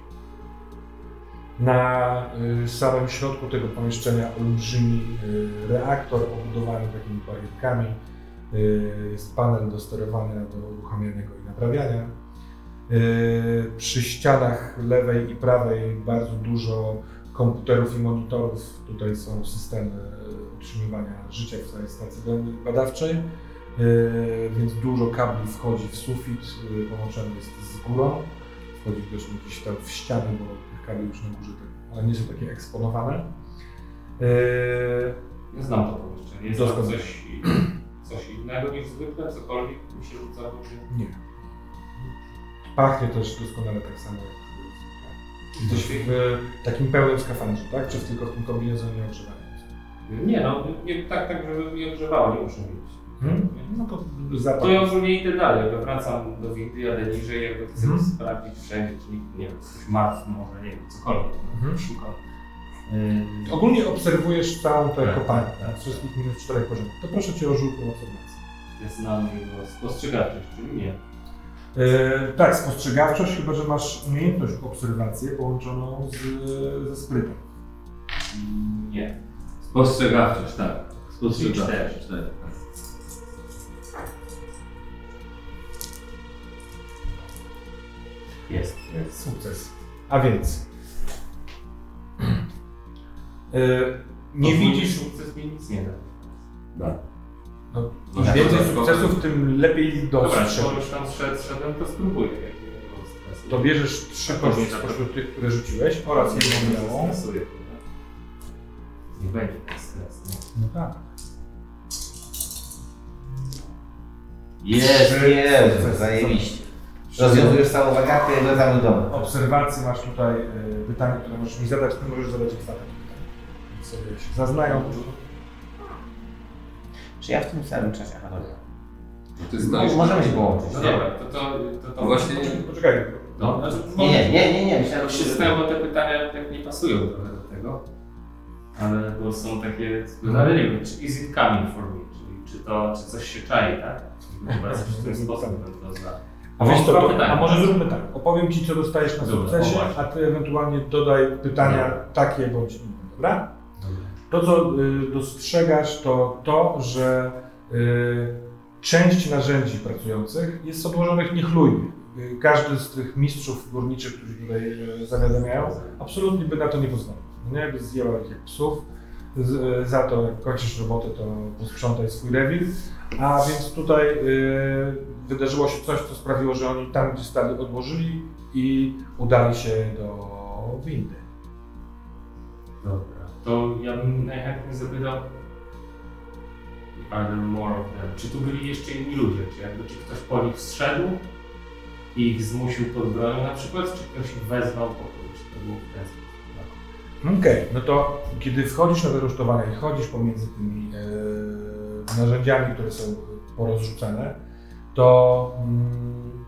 [SPEAKER 1] Na y, samym środku tego pomieszczenia olbrzymi y, reaktor obudowany takimi barierkami, y, jest panel do sterowania, do uruchamiania go i naprawiania. Y, przy ścianach lewej i prawej bardzo dużo komputerów i monitorów. Tutaj są systemy utrzymywania życia w całej stacji badawczej, yy, więc dużo kabli wchodzi w sufit, yy, połączony jest z górą. Wchodzi też jakieś tam w ściany, bo tych kabli już na górze, tak, one nie są takie eksponowane. Yy,
[SPEAKER 2] Ja znam to pomieszczenie. Jest
[SPEAKER 1] Doskonale.
[SPEAKER 2] tam coś, coś innego niż zwykle, cokolwiek mi się rzuca w oczy.
[SPEAKER 1] nie. Pachnie też doskonale tak samo jak Jesteś w takim pełnym skafandrze, tak? Czy tylko w tym kombinezonie ogrzewającym?
[SPEAKER 2] Nie no, nie, tak, tak, żeby mnie ogrzewało, nie muszę mieć
[SPEAKER 1] Hmm? No to zapach.
[SPEAKER 2] To ja ogólnie idę dalej, jakby wracam do windy, jadę niżej, jakby chcę
[SPEAKER 1] Mhm.
[SPEAKER 2] sprawdzić wszędzie, czy nikt, nie wiem, ktoś martw może, nie wiem, cokolwiek,
[SPEAKER 1] Mhm.
[SPEAKER 2] szukam. Yy,
[SPEAKER 1] Ogólnie obserwujesz całą tę
[SPEAKER 2] Tak,
[SPEAKER 1] kopalnię,
[SPEAKER 2] tak, tak.
[SPEAKER 1] wszystkich minus czterech poziomów. To proszę Cię o rzut na obserwację.
[SPEAKER 2] jest na jego spostrzegawczość, czyli nie.
[SPEAKER 1] Yy, tak, spostrzegawczość, chyba że masz umiejętność obserwację połączoną z, ze sprytem.
[SPEAKER 2] Nie.
[SPEAKER 4] Spostrzegawczość, tak. Spostrzegawczość.
[SPEAKER 2] Cztery.
[SPEAKER 4] cztery.
[SPEAKER 2] Jest.
[SPEAKER 1] Sukces. A więc yy, nie
[SPEAKER 2] To
[SPEAKER 1] widzisz.
[SPEAKER 2] sukces mi nic nie da.
[SPEAKER 4] Da.
[SPEAKER 1] No,
[SPEAKER 4] No,
[SPEAKER 1] Im
[SPEAKER 4] tak,
[SPEAKER 1] więcej
[SPEAKER 4] dodatkowo.
[SPEAKER 1] sukcesów, tym lepiej
[SPEAKER 2] Dobra,
[SPEAKER 1] dostrzec.
[SPEAKER 2] skoro już tam szedł, szedłem, to spróbuję. jak nie było stresu.
[SPEAKER 1] To bierzesz trzy kości spośród tych, które rzuciłeś oraz jedną białą.
[SPEAKER 2] Stresuję, prawda? Nie będzie ten stres, nie?
[SPEAKER 1] No tak.
[SPEAKER 3] Jest,
[SPEAKER 1] Trzy
[SPEAKER 3] jest,
[SPEAKER 1] sukcesy.
[SPEAKER 3] zajebiście. Rozwiązujesz całą zagadkę i wracamy do domu.
[SPEAKER 1] Obserwacji masz tutaj y, pytanie, które możesz mi zadać, ty możesz zadać ostatnie pytanie. Więc sobie się zaznają.
[SPEAKER 3] Czy ja w tym samym czasie? Aha, dobra.
[SPEAKER 4] No ty stoisz.
[SPEAKER 3] No, możemy się połączyć.
[SPEAKER 2] No
[SPEAKER 3] nie?
[SPEAKER 2] dobra, to to... to, to
[SPEAKER 4] No właśnie-
[SPEAKER 1] Poczekaj.
[SPEAKER 2] No, znaczy,
[SPEAKER 3] Nie, nie, nie, nie, nie. Myślałem,
[SPEAKER 2] Ja
[SPEAKER 3] że
[SPEAKER 2] się zastanawiam, bo te pytania tak nie pasują trochę do tego. Ale bo są takie, ale nie wiem, czy is it coming for me, czyli czy to, czy coś się czai, tak? Czyli chyba coś w ten sposób bym to zna.
[SPEAKER 1] A wiesz co,
[SPEAKER 2] Mam dwa
[SPEAKER 1] to,
[SPEAKER 2] pytania.
[SPEAKER 1] a może zróbmy tak. Opowiem Ci, co dostajesz na
[SPEAKER 2] Dobra,
[SPEAKER 1] sukcesie,
[SPEAKER 2] o właśnie.
[SPEAKER 1] a Ty ewentualnie dodaj pytania
[SPEAKER 2] Dobra.
[SPEAKER 1] takie bądź inne, dobra? To, co y, dostrzegasz, to to, że y, część narzędzi pracujących jest odłożonych niechlujnie. Y, każdy z tych mistrzów górniczych, którzy tutaj y, zawiadamiają, absolutnie by na to nie pozwolił. Nie, by zjęła ich jak psów. Z, y, za to, jak kończysz robotę, to posprzątaj swój rewir. A więc tutaj y, wydarzyło się coś, co sprawiło, że oni tam, gdzie stali, odłożyli i udali się do windy.
[SPEAKER 2] Dobra. To ja bym najchętniej zapytał, are there more of them? Czy tu byli jeszcze inni ludzie? Czy jakby czy ktoś po nich zszedł i ich zmusił pod bronią na przykład, czy ktoś ich wezwał po prostu, czy to było w ten sposób?
[SPEAKER 1] Okej, no to kiedy wchodzisz na te rusztowania i chodzisz pomiędzy tymi e, narzędziami, które są porozrzucane, to mm,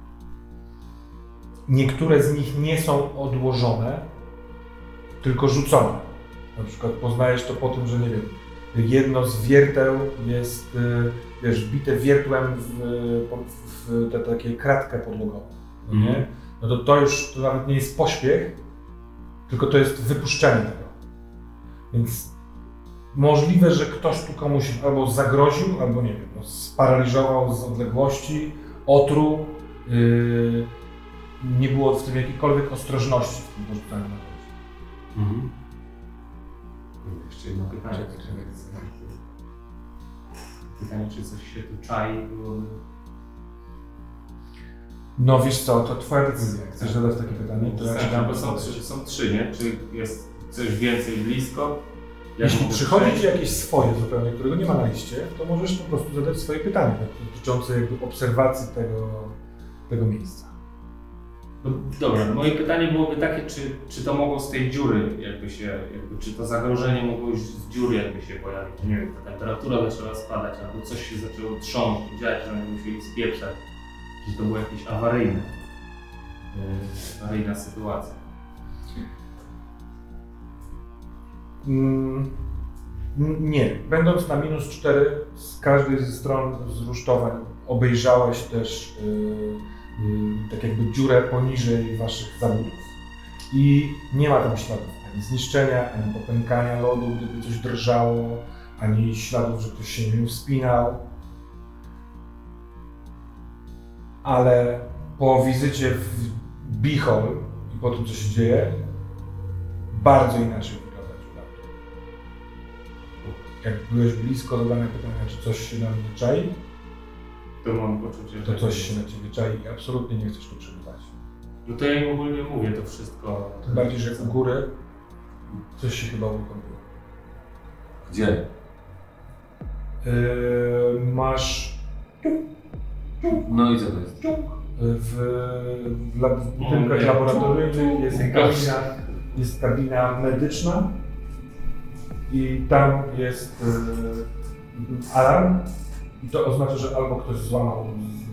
[SPEAKER 1] niektóre z nich nie są odłożone, tylko rzucone. Na przykład poznajesz to po tym, że nie wiem, jedno z wierteł jest, e, wiesz, wbite wiertłem w, w, w tę takie kratkę podłogową, no nie? No to to już to nawet nie jest pośpiech, tylko to jest wypuszczenie tego. Więc możliwe, że ktoś tu komuś albo zagroził, albo nie wiem, no, sparaliżował z odległości, otruł. Yy, nie było w tym jakiejkolwiek ostrożności w tym porzucaniu na kogoś.
[SPEAKER 2] Mhm. Jeszcze jedno pytanie. Pytanie, czy coś się tu czai, byłoby...
[SPEAKER 1] No wiesz co, to twoja decyzja. Jak chcesz zadać takie pytanie, to ja ci dam
[SPEAKER 2] bo są
[SPEAKER 1] odpowiedź.
[SPEAKER 2] trzy, są trzy, nie? Czy jest coś więcej blisko? Jak
[SPEAKER 1] Jeśli
[SPEAKER 2] mogę
[SPEAKER 1] przychodzi
[SPEAKER 2] przejść?
[SPEAKER 1] Ci jakieś swoje zupełnie, którego nie ma na liście, to możesz po prostu zadać swoje pytanie dotyczące jakby obserwacji tego, tego miejsca.
[SPEAKER 2] No, dobra, moje pytanie byłoby takie, czy, czy to mogło z tej dziury jakby się, jakby, czy to zagrożenie mogło już z dziury jakby się pojawić, nie wiem, ta temperatura zaczęła spadać, albo coś się zaczęło trząść, dziać, że oni musieli spieprzać, że to było jakieś awaryjne, yy, awaryjna sytuacja.
[SPEAKER 1] Mm, n- nie. Będąc na minus cztery, z każdej ze stron z rusztowań obejrzałeś też yy, yy, tak jakby dziurę poniżej waszych zabudów. I nie ma tam śladów ani zniszczenia, ani popękania lodu, gdyby coś drżało, ani śladów, że ktoś się nie wspinał. Ale po wizycie w Beehole i po tym, co się dzieje, bardzo inaczej wygląda dziura. Jak byłeś blisko zadania pytania, czy coś się na mnie czai,
[SPEAKER 2] To mam poczucie,
[SPEAKER 1] to
[SPEAKER 2] że...
[SPEAKER 1] coś się na ciebie czai i absolutnie nie chcesz tu przebywać.
[SPEAKER 2] No to ja im ogólnie mówię to wszystko.
[SPEAKER 1] Tym bardziej, że u góry coś się chyba uruchomiło.
[SPEAKER 4] Gdzie?
[SPEAKER 1] Yy, masz
[SPEAKER 4] No i co to jest?
[SPEAKER 1] w, w, lab- w budynkach laboratoryjnych jest kabina, jest kabina medyczna i tam jest yy, alarm I to oznacza, że albo ktoś złamał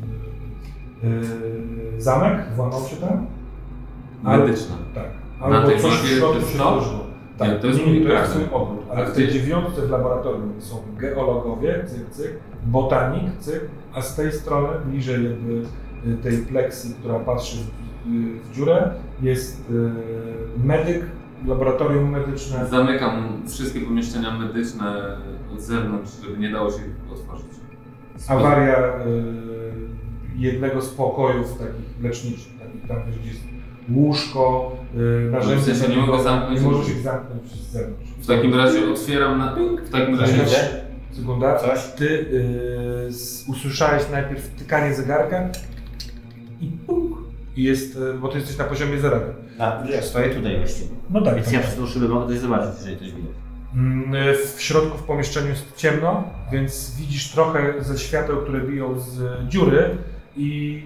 [SPEAKER 1] yy, zamek, włamał się tam.
[SPEAKER 4] Medyczna.
[SPEAKER 1] Tak.
[SPEAKER 4] Na
[SPEAKER 1] Albo
[SPEAKER 4] tej
[SPEAKER 1] coś w
[SPEAKER 4] mapie to
[SPEAKER 1] środku
[SPEAKER 4] jest
[SPEAKER 1] się
[SPEAKER 4] to?
[SPEAKER 1] wydarzyło. Tak,
[SPEAKER 4] Nie, to jest
[SPEAKER 1] nie, nie, to
[SPEAKER 4] mój
[SPEAKER 1] jest
[SPEAKER 4] prawy.
[SPEAKER 1] twój ogród, ale
[SPEAKER 4] A
[SPEAKER 1] w tej
[SPEAKER 4] ty-
[SPEAKER 1] dziewiątce w laboratorium są geologowie, cyk, cyk, botanik, cyk, a z tej strony, bliżej jakby y, tej pleksji, która patrzy w, y, w dziurę, jest y, medyk, laboratorium medyczne.
[SPEAKER 4] Zamykam wszystkie pomieszczenia medyczne od zewnątrz, żeby nie dało się ich otworzyć.
[SPEAKER 1] Awaria y, jednego z pokojów takich leczniczych, takich tam, gdzie jest łóżko, y, narzędzia.
[SPEAKER 4] W sensie nie mogę zamknąć-
[SPEAKER 1] Nie możesz ich zamknąć z zewnątrz.
[SPEAKER 4] W takim razie otwieram na... W takim razie...
[SPEAKER 3] Widzę?
[SPEAKER 1] Sekunda.
[SPEAKER 3] Coś?
[SPEAKER 1] Ty y, s- usłyszałeś najpierw tykanie zegarka i puk. I jest, y, bo ty jesteś na poziomie zera.
[SPEAKER 3] A, ja stoję tutaj właściwie.
[SPEAKER 1] No tak.
[SPEAKER 3] Więc
[SPEAKER 1] tak.
[SPEAKER 3] ja przez tą szybę mogę coś zobaczyć, jeżeli coś widać.
[SPEAKER 1] Mm, y, W środku w pomieszczeniu jest ciemno, więc widzisz trochę ze świateł, które biją z dziury i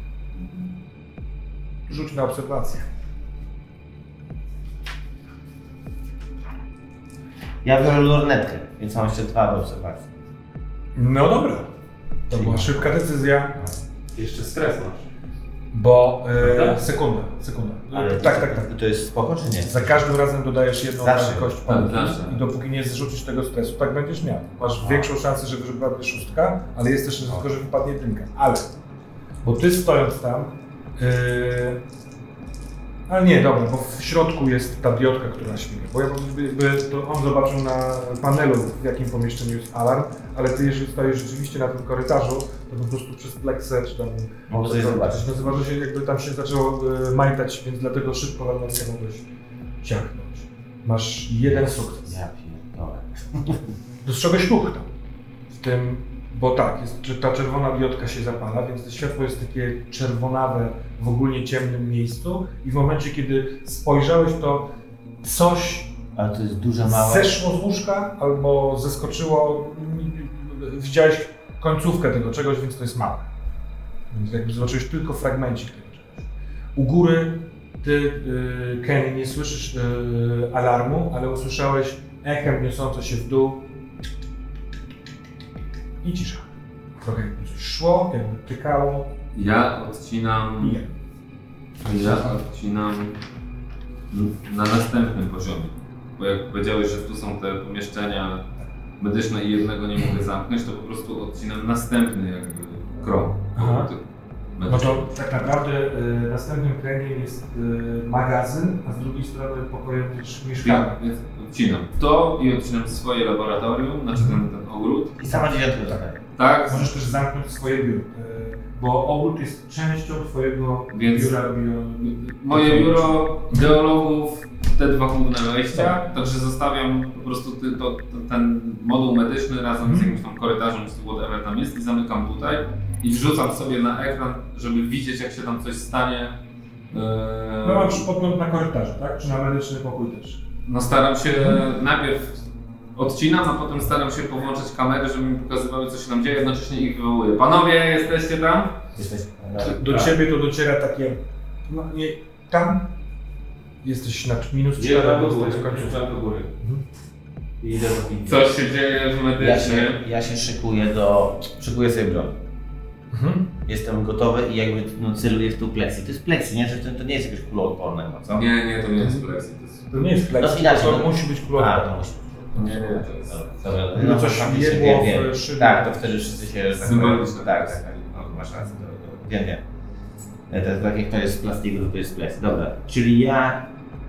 [SPEAKER 1] rzuć na obserwację.
[SPEAKER 3] Ja biorę lornetkę, więc mam jeszcze dwa do obserwacji.
[SPEAKER 1] No dobra. To była szybka decyzja,
[SPEAKER 2] Jeszcze stres masz.
[SPEAKER 1] bo y,
[SPEAKER 2] Tak?
[SPEAKER 1] sekunda, sekunda.
[SPEAKER 3] Ale
[SPEAKER 1] tak, tak, tak.
[SPEAKER 3] I to jest spoko, czy nie?
[SPEAKER 1] Za każdym razem dodajesz jedną
[SPEAKER 3] Zawsze.
[SPEAKER 1] kość paniki
[SPEAKER 4] Zawsze.
[SPEAKER 1] i dopóki nie zrzucisz tego stresu, tak będziesz miał. Masz większą szansę, że wypadnie szóstka, ale jest też ryzyko, że wypadnie jedynka. Ale, bo ty stojąc tam, yy... ale nie, dobra, bo w środku jest ta diodka, która śmiga. Bo ja jakby, to on zobaczył na panelu, w jakim pomieszczeniu jest alarm, ale ty jeżeli stoisz rzeczywiście na tym korytarzu, to po prostu przez pleksę, czy tam...
[SPEAKER 3] Mogę coś zobaczyć.
[SPEAKER 1] Nazywa, że się jakby tam się zaczęło y, majtać, więc dlatego szybko lornetkę mogłeś ciachnąć. Masz jeden sukces.
[SPEAKER 3] Ja pierdolę.
[SPEAKER 1] Dostrzegłeś ruch tam. W tym, bo tak, jest, że ta czerwona diodka się zapala, więc to światło jest takie czerwonawe w ogólnie ciemnym miejscu i w momencie, kiedy spojrzałeś, to coś
[SPEAKER 3] Ale to jest duże, małe.
[SPEAKER 1] zeszło z łóżka albo zeskoczyło, widziałeś końcówkę tego czegoś, więc to jest małe. Więc jakby zobaczyłeś tylko fragmencik tego czegoś. U góry ty, y, Kenny, nie słyszysz y, alarmu, ale usłyszałeś echem niosące się w dół i cisza. Trochę jakby coś szło, jakby tykało
[SPEAKER 4] Ja odcinam...
[SPEAKER 1] i nie.
[SPEAKER 4] Ja odcinam na następnym poziomie. Bo jak powiedziałeś, że tu są te pomieszczenia medyczne i jednego nie mogę zamknąć, to po prostu odcinam następny jakby krok.
[SPEAKER 1] Aha.
[SPEAKER 4] Tych
[SPEAKER 1] No
[SPEAKER 4] medycznych.
[SPEAKER 1] to tak naprawdę y, następnym kręgiem jest y, magazyn, a z drugiej strony pokojem też mieszkania.
[SPEAKER 4] Ja, więc odcinam to i odcinam swoje laboratorium, znaczy ten, ten ogród.
[SPEAKER 3] I sama dziewiątka zostaje.
[SPEAKER 4] Tak,
[SPEAKER 1] Możesz też zamknąć swoje biuro, y, bo ogród jest częścią twojego
[SPEAKER 4] Więc-
[SPEAKER 1] biura bio...
[SPEAKER 4] moje biuro geologów, te dwa główne wejścia, także zostawiam po prostu ty, to, to, ten moduł medyczny razem z jakimś tam korytarzem, czy whatever tam jest i zamykam tutaj i wrzucam sobie na ekran, żeby widzieć jak się tam coś stanie. Eee,
[SPEAKER 1] No masz podgląd na korytarzu, tak? Czy na medyczny pokój też?
[SPEAKER 4] No staram się najpierw odcinam, a potem staram się powłączyć kamery, żeby mi pokazywały co się tam dzieje, jednocześnie ich wywołuję. Panowie, jesteście tam?
[SPEAKER 3] Jesteś...
[SPEAKER 1] Do
[SPEAKER 2] Tak.
[SPEAKER 1] ciebie to dociera takie... No nie, tam jesteś na minus
[SPEAKER 2] Jeżdżam
[SPEAKER 1] cztery,
[SPEAKER 2] do
[SPEAKER 1] to
[SPEAKER 2] góry,
[SPEAKER 1] jest końcówka.
[SPEAKER 2] jeżdżam do góry.
[SPEAKER 1] Mhm.
[SPEAKER 2] I idę do pizzy.
[SPEAKER 4] Coś się dzieje w
[SPEAKER 3] Ja
[SPEAKER 4] medycznie.
[SPEAKER 3] się, ja się szykuję do... Szykuję sobie broń.
[SPEAKER 1] Mhm.
[SPEAKER 3] Jestem gotowy i jakby no, celuję w tą pleksję. To jest pleksja, nie? Że to, to nie jest jakieś kuloodporne, no co?
[SPEAKER 4] Nie, nie, to nie jest plexi. To jest...
[SPEAKER 1] To nie jest
[SPEAKER 3] No
[SPEAKER 1] plexi,
[SPEAKER 3] inaczej,
[SPEAKER 1] to
[SPEAKER 3] no.
[SPEAKER 1] musi być
[SPEAKER 3] A,
[SPEAKER 1] kuloodporne.
[SPEAKER 3] to musi.
[SPEAKER 4] Nie, nie, to jest...
[SPEAKER 3] Dobra,
[SPEAKER 1] Gdyby coś
[SPEAKER 3] faktycznie
[SPEAKER 1] jebło
[SPEAKER 3] wiem,
[SPEAKER 1] w
[SPEAKER 3] wiem.
[SPEAKER 1] szybę.
[SPEAKER 3] Tak, to wtedy wszyscy się...
[SPEAKER 4] Symboliczne.
[SPEAKER 3] Tak, tak, tak. No, masz rację. To, to, wiem, wiem. E, To jest tak jak to jest z plastiku, to jest plexi. Dobra, czyli ja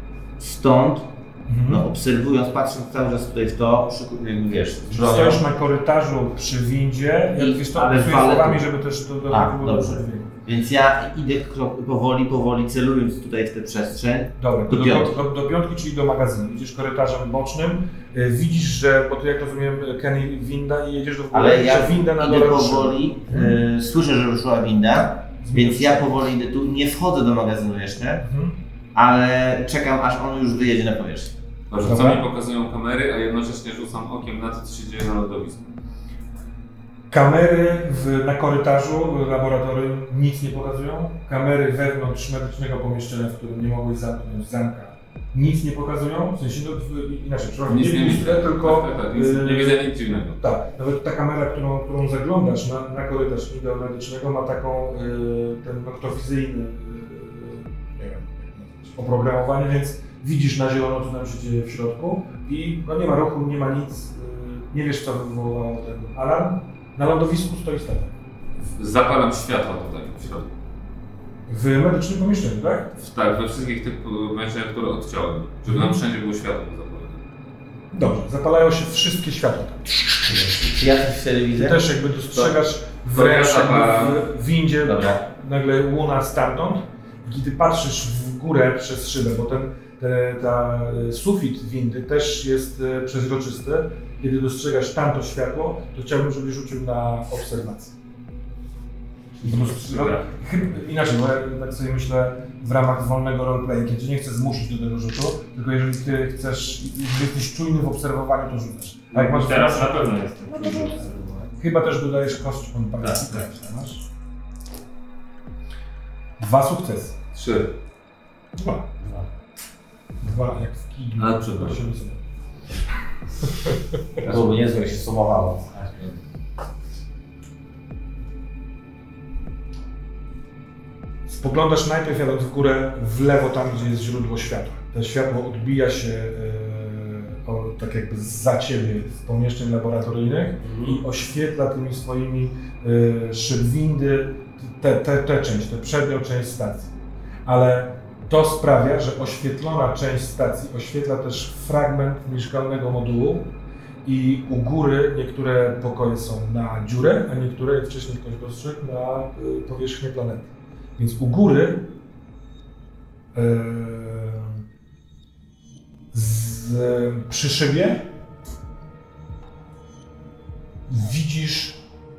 [SPEAKER 3] stąd,
[SPEAKER 1] Mhm.
[SPEAKER 3] no obserwując, patrząc cały czas tutaj w to, szykuję, jakby wiesz,
[SPEAKER 1] Że
[SPEAKER 3] bronią.
[SPEAKER 1] stoisz na korytarzu przy windzie, jak
[SPEAKER 3] I-
[SPEAKER 1] wiesz to,
[SPEAKER 3] ale
[SPEAKER 1] opisuję
[SPEAKER 3] walę
[SPEAKER 1] słowami,
[SPEAKER 3] tu.
[SPEAKER 1] żeby też to do
[SPEAKER 3] A,
[SPEAKER 1] było
[SPEAKER 3] dobrze.
[SPEAKER 1] dobrze.
[SPEAKER 3] Więc ja idę krok, powoli, powoli celując tutaj w tę przestrzeń.
[SPEAKER 1] Dobra,
[SPEAKER 3] Do
[SPEAKER 1] do,
[SPEAKER 3] piątki.
[SPEAKER 1] do, do piątki, czyli do magazynu. Idziesz korytarzem bocznym, y, widzisz, że, bo tu jak rozumiem, Kenny winda i jedziesz do góry,
[SPEAKER 3] Ale ja
[SPEAKER 1] że winda na
[SPEAKER 3] idę
[SPEAKER 1] dole ruszyła.
[SPEAKER 3] powoli, y, słyszę, że ruszyła winda, więc
[SPEAKER 1] Zmieniasz
[SPEAKER 3] ja
[SPEAKER 1] się.
[SPEAKER 3] powoli idę tu, nie wchodzę do magazynu jeszcze,
[SPEAKER 1] Mhm.
[SPEAKER 3] ale czekam aż on już wyjedzie na powierzchnię.
[SPEAKER 4] Dobrze, co
[SPEAKER 1] Dobra.
[SPEAKER 4] mi pokazują kamery, a jednocześnie rzucam okiem na to, co się dzieje na lądowisku.
[SPEAKER 1] Kamery w, na korytarzu laboratorium nic nie pokazują. Kamery wewnątrz medycznego pomieszczenia, w którym nie mogłeś zamknąć zamka, nic nie pokazują, w sensie, no, w- inaczej, przepraszam,
[SPEAKER 4] Nic
[SPEAKER 1] nie
[SPEAKER 4] nie
[SPEAKER 1] widzę,
[SPEAKER 4] widzę,
[SPEAKER 1] tylko...
[SPEAKER 4] Tak, tak, tak, nic,
[SPEAKER 1] yy,
[SPEAKER 4] nie widzę nic dziwnego.
[SPEAKER 1] Tak, nawet ta kamera, którą, którą zaglądasz na, na korytarz medycznego ma taką, yy, ten noktowizyjny, yy, nie wiem, oprogramowanie, więc widzisz na zielono, co tam się dzieje w środku i no nie ma ruchu, nie ma nic, yy, nie wiesz, co wywołało ten alarm. Na lądowisku stoi statek.
[SPEAKER 4] Zapalam światła tutaj w środku.
[SPEAKER 1] W medycznym pomieszczeniu, tak?
[SPEAKER 4] W- Tak, we wszystkich tych pomieszczeniach, które odciąłem, żeby nam wszędzie było światło zapalone.
[SPEAKER 1] Dobrze, zapalają się wszystkie światła.
[SPEAKER 3] Czy ja coś wtedy
[SPEAKER 1] Ty
[SPEAKER 3] widzę?
[SPEAKER 1] też jakby dostrzegasz
[SPEAKER 4] to
[SPEAKER 1] wręcz
[SPEAKER 4] ja zapalam.
[SPEAKER 1] jakby w windzie
[SPEAKER 3] Dobra.
[SPEAKER 1] nagle łuna stamtąd i kiedy patrzysz w górę przez szybę, bo ten, te, ta y, sufit windy też jest y, przezroczysty, kiedy dostrzegasz tamto światło, to chciałbym, żebyś rzucił na obserwację. No, chyba- Inaczej, bo ja tak sobie myślę w ramach wolnego roleplay, kiedy nie chcę zmusić do tego rzutu, tylko jeżeli ty chcesz, jeżeli jesteś czujny w obserwowaniu, to rzucasz. A jak masz
[SPEAKER 2] Teraz na pewno jestem.
[SPEAKER 1] Chyba też dodajesz kość pod
[SPEAKER 2] Tak,
[SPEAKER 1] tak. Masz? Dwa sukcesy.
[SPEAKER 4] Trzy.
[SPEAKER 1] Dwa. Dwa jak w kiju.
[SPEAKER 4] A, przepraszam.
[SPEAKER 3] To by niezłe się sumowało.
[SPEAKER 1] Spoglądasz najpierw jadąc w górę, w lewo tam, gdzie jest źródło światła. To światło odbija się e, o, tak jakby za ciebie z pomieszczeń laboratoryjnych i oświetla tymi swoimi e, szyb windy tę te, te, te część, tę przednią część stacji. Ale to sprawia, że oświetlona część stacji oświetla też fragment mieszkalnego modułu i u góry niektóre pokoje są na dziurę, a niektóre, jak wcześniej ktoś dostrzegł, na y, powierzchnię planety. Więc u góry yy, z, przy szybie widzisz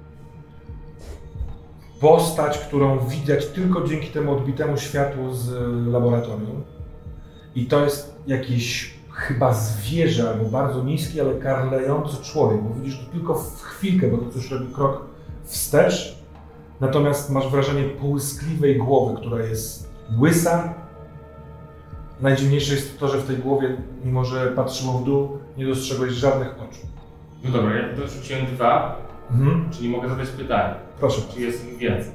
[SPEAKER 1] postać, którą widać tylko dzięki temu odbitemu światłu z laboratorium. I to jest jakiś chyba zwierzę, albo bardzo niski, ale karlejący człowiek, bo widzisz to tylko w chwilkę, bo to coś robi krok wstecz. Natomiast masz wrażenie połyskliwej głowy, która jest łysa. Najdziwniejsze jest to, że w tej głowie, mimo że patrzyło w dół, nie dostrzegłeś żadnych oczu.
[SPEAKER 2] No dobra, ja to rzuciłem dwa,
[SPEAKER 1] Mhm.
[SPEAKER 2] czyli mogę zadać pytanie.
[SPEAKER 1] Proszę.
[SPEAKER 2] Czy jest ich więcej?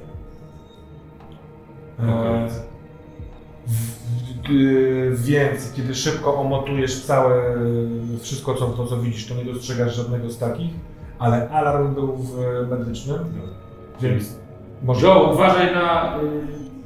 [SPEAKER 1] E, w- g- Więc kiedy szybko omotujesz całe wszystko, co, to, co widzisz, to nie dostrzegasz żadnego z takich, ale alarm był w medycznym, więc może...
[SPEAKER 2] Joe, uważaj na... Y...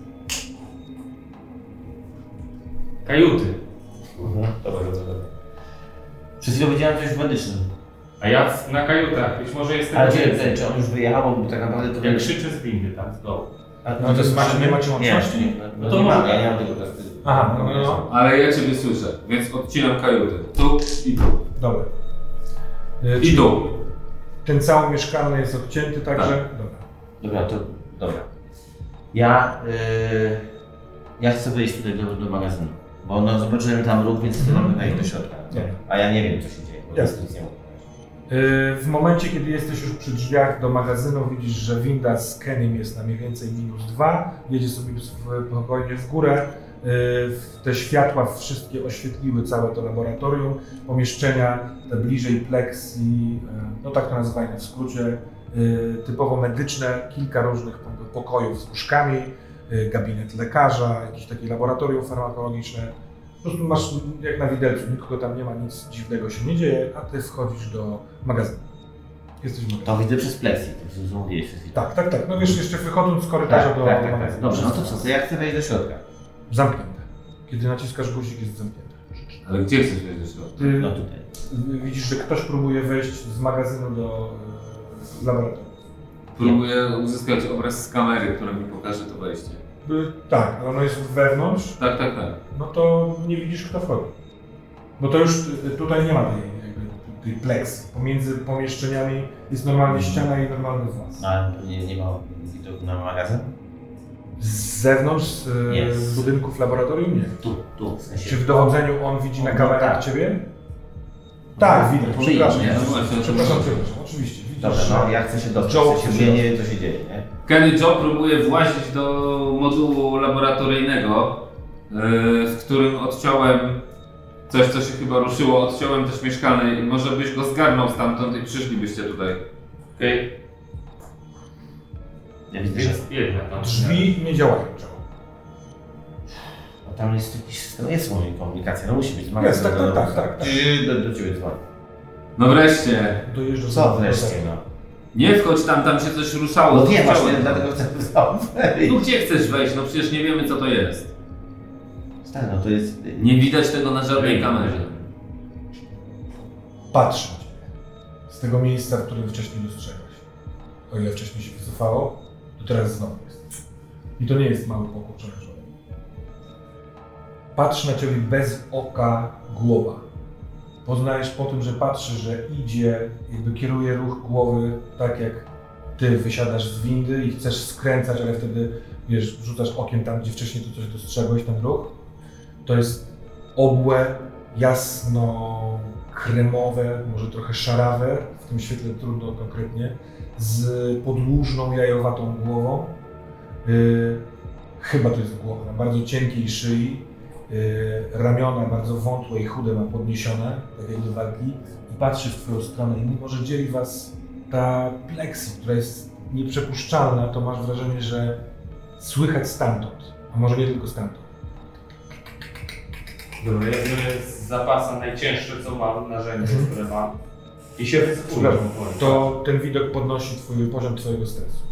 [SPEAKER 2] kajuty.
[SPEAKER 3] Mhm. Dobra, dobra, dobra. Przed chwilą widziałem coś w medycznym.
[SPEAKER 2] A ja w, na kajutach, być może jestem...
[SPEAKER 3] Ale czy, czy on już wyjechał, bo tak naprawdę to...
[SPEAKER 2] Jak krzyczę z windy tam z dołu.
[SPEAKER 3] A,
[SPEAKER 1] No to jest macie, nie macie łączności?
[SPEAKER 3] Nie, no,
[SPEAKER 2] No
[SPEAKER 3] no
[SPEAKER 2] to
[SPEAKER 3] nie
[SPEAKER 2] może-
[SPEAKER 3] mam, ja nie mam tego testu.
[SPEAKER 1] Aha, no, no, no.
[SPEAKER 4] Ale ja Ciebie słyszę, więc odcinam kajuty. Tu i tu.
[SPEAKER 1] Dobra. E,
[SPEAKER 4] I
[SPEAKER 1] czyli
[SPEAKER 4] tu.
[SPEAKER 1] ten cały mieszkalny jest odcięty, także...
[SPEAKER 4] Tak.
[SPEAKER 1] Dobra.
[SPEAKER 3] Dobra, to dobra. Ja, yy, ja chcę wyjść tutaj do, do magazynu, bo no, zobaczyłem tam ruch, więc chcę
[SPEAKER 1] Mhm.
[SPEAKER 3] wejść do środka.
[SPEAKER 1] Nie.
[SPEAKER 3] A ja nie wiem, co się dzieje, bo
[SPEAKER 1] Jasne.
[SPEAKER 3] nic nie mówię.
[SPEAKER 1] E, W momencie, kiedy jesteś już przy drzwiach do magazynu, widzisz, że winda z Kenym jest na mniej więcej minus dwa, jedzie sobie spokojnie w górę. E, Te światła wszystkie oświetliły całe to laboratorium, pomieszczenia, te bliżej plexi, e, no tak to nazywajmy w skrócie, e, typowo medyczne, kilka różnych pokojów z łóżkami, e, gabinet lekarza, jakieś takie laboratorium farmakologiczne. Po prostu masz jak na widelcu, nikogo tam nie ma, nic dziwnego się nie dzieje, a ty wchodzisz do magazynu. Jesteś w magazynie.
[SPEAKER 3] To widzę przez plexi, to co mówiłeś przez chwilę.
[SPEAKER 1] Tak, tak, tak. No wiesz, jeszcze wychodząc z korytarza
[SPEAKER 3] tak,
[SPEAKER 1] do
[SPEAKER 3] tak, tak,
[SPEAKER 1] magazynu.
[SPEAKER 3] tak. Dobrze, no to co, to ja chcę wejść do środka.
[SPEAKER 1] Zamknięte. Kiedy naciskasz guzik, jest zamknięte.
[SPEAKER 4] Ale gdzie chcesz wejść do środka?
[SPEAKER 1] Ty
[SPEAKER 3] No tutaj.
[SPEAKER 1] widzisz, że ktoś próbuje wejść z magazynu do e, laboratorium.
[SPEAKER 4] Próbuję uzyskać obraz z kamery, która mi pokaże to wejście.
[SPEAKER 1] Y, Tak, ale ono jest wewnątrz,
[SPEAKER 4] Tak, tak, tak.
[SPEAKER 1] no to nie widzisz, kto wchodzi. Bo to już y, tutaj nie ma tej, jakby, tej pleksji. Pomiędzy pomieszczeniami jest normalnie ściana i normalny włas.
[SPEAKER 3] No, ale nie, nie ma widoku na magazyn?
[SPEAKER 1] Z zewnątrz, z y,
[SPEAKER 3] Jest.
[SPEAKER 1] budynków laboratorium nie.
[SPEAKER 3] Tu, tu, w sensie.
[SPEAKER 1] Czy w dochodzeniu on widzi na
[SPEAKER 3] No,
[SPEAKER 1] kamerach
[SPEAKER 3] tak.
[SPEAKER 1] ciebie? Tak, widać.
[SPEAKER 3] Czyli,
[SPEAKER 1] Przepraszam,
[SPEAKER 3] nie?
[SPEAKER 4] No właśnie, o czym
[SPEAKER 1] przepraszam,
[SPEAKER 4] chodzi.
[SPEAKER 1] przepraszam, oczywiście. Widzisz,
[SPEAKER 3] Dobra,
[SPEAKER 1] że-
[SPEAKER 3] no ja chcę się dostać,
[SPEAKER 1] Joe
[SPEAKER 3] w sensie,
[SPEAKER 1] chce
[SPEAKER 3] bo
[SPEAKER 1] się
[SPEAKER 3] ja nie wiem, co się dzieje, nie?
[SPEAKER 4] Kenny Joe próbuje włazić do modułu laboratoryjnego yy, w którym odciąłem coś, co się chyba ruszyło, odciąłem też mieszkalne i może byś go zgarnął stamtąd i przyszlibyście tutaj.
[SPEAKER 2] Okej. Okay.
[SPEAKER 3] Ja widzę, że
[SPEAKER 2] Więc jedna tam.
[SPEAKER 1] Drzwi nie działają.
[SPEAKER 3] no, tam jest jakiś system, jest może komunikacja, no musi być.
[SPEAKER 1] Jest, tak, tak, tak, tak, tak.
[SPEAKER 3] Do, do ciebie dzwoni.
[SPEAKER 4] No wreszcie.
[SPEAKER 1] Dojeżdżasz
[SPEAKER 3] Co wreszcie, no?
[SPEAKER 4] Nie wchodź tam, tam się coś ruszało.
[SPEAKER 3] No nie,
[SPEAKER 4] odciąłem
[SPEAKER 3] właśnie,
[SPEAKER 4] to.
[SPEAKER 3] dlatego chcę wejść.
[SPEAKER 4] No gdzie chcesz wejść? No przecież nie wiemy co to jest.
[SPEAKER 3] Tak, no to jest...
[SPEAKER 4] Nie widać tego na żadnej kamerze.
[SPEAKER 1] Patrzę na ciebie. Z tego miejsca, w którym wcześniej dostrzegłeś. O ile wcześniej się wycofało, to teraz znowu jest. I to nie jest mały pokój przerażony. Patrzy na ciebie bez oka głowa. Poznajesz po tym, że patrzy, że idzie, jakby kieruje ruch głowy tak jak ty wysiadasz z windy i chcesz skręcać, ale wtedy, wiesz, rzucasz okiem tam, gdzie wcześniej tu coś dostrzegłeś, ten ruch. To jest obłe, jasno-kremowe, może trochę szarawe, w tym świetle trudno konkretnie, z podłużną, jajowatą głową. Yy, chyba to jest głowa, na bardzo cienkiej szyi, yy, ramiona bardzo wątłe i chude ma podniesione, tak jak do walki, i patrzy w twoją stronę i mimo, że dzieli was ta plexi, która jest nieprzepuszczalna, to masz wrażenie, że słychać stamtąd, a może nie tylko stamtąd.
[SPEAKER 2] Dobra, ja biorę z zapasa najcięższe co mam, narzędzie,
[SPEAKER 1] Mhm.
[SPEAKER 2] które mam. I się wycofuję.
[SPEAKER 1] Przepraszam, to ten widok podnosi twój poziom twojego stresu.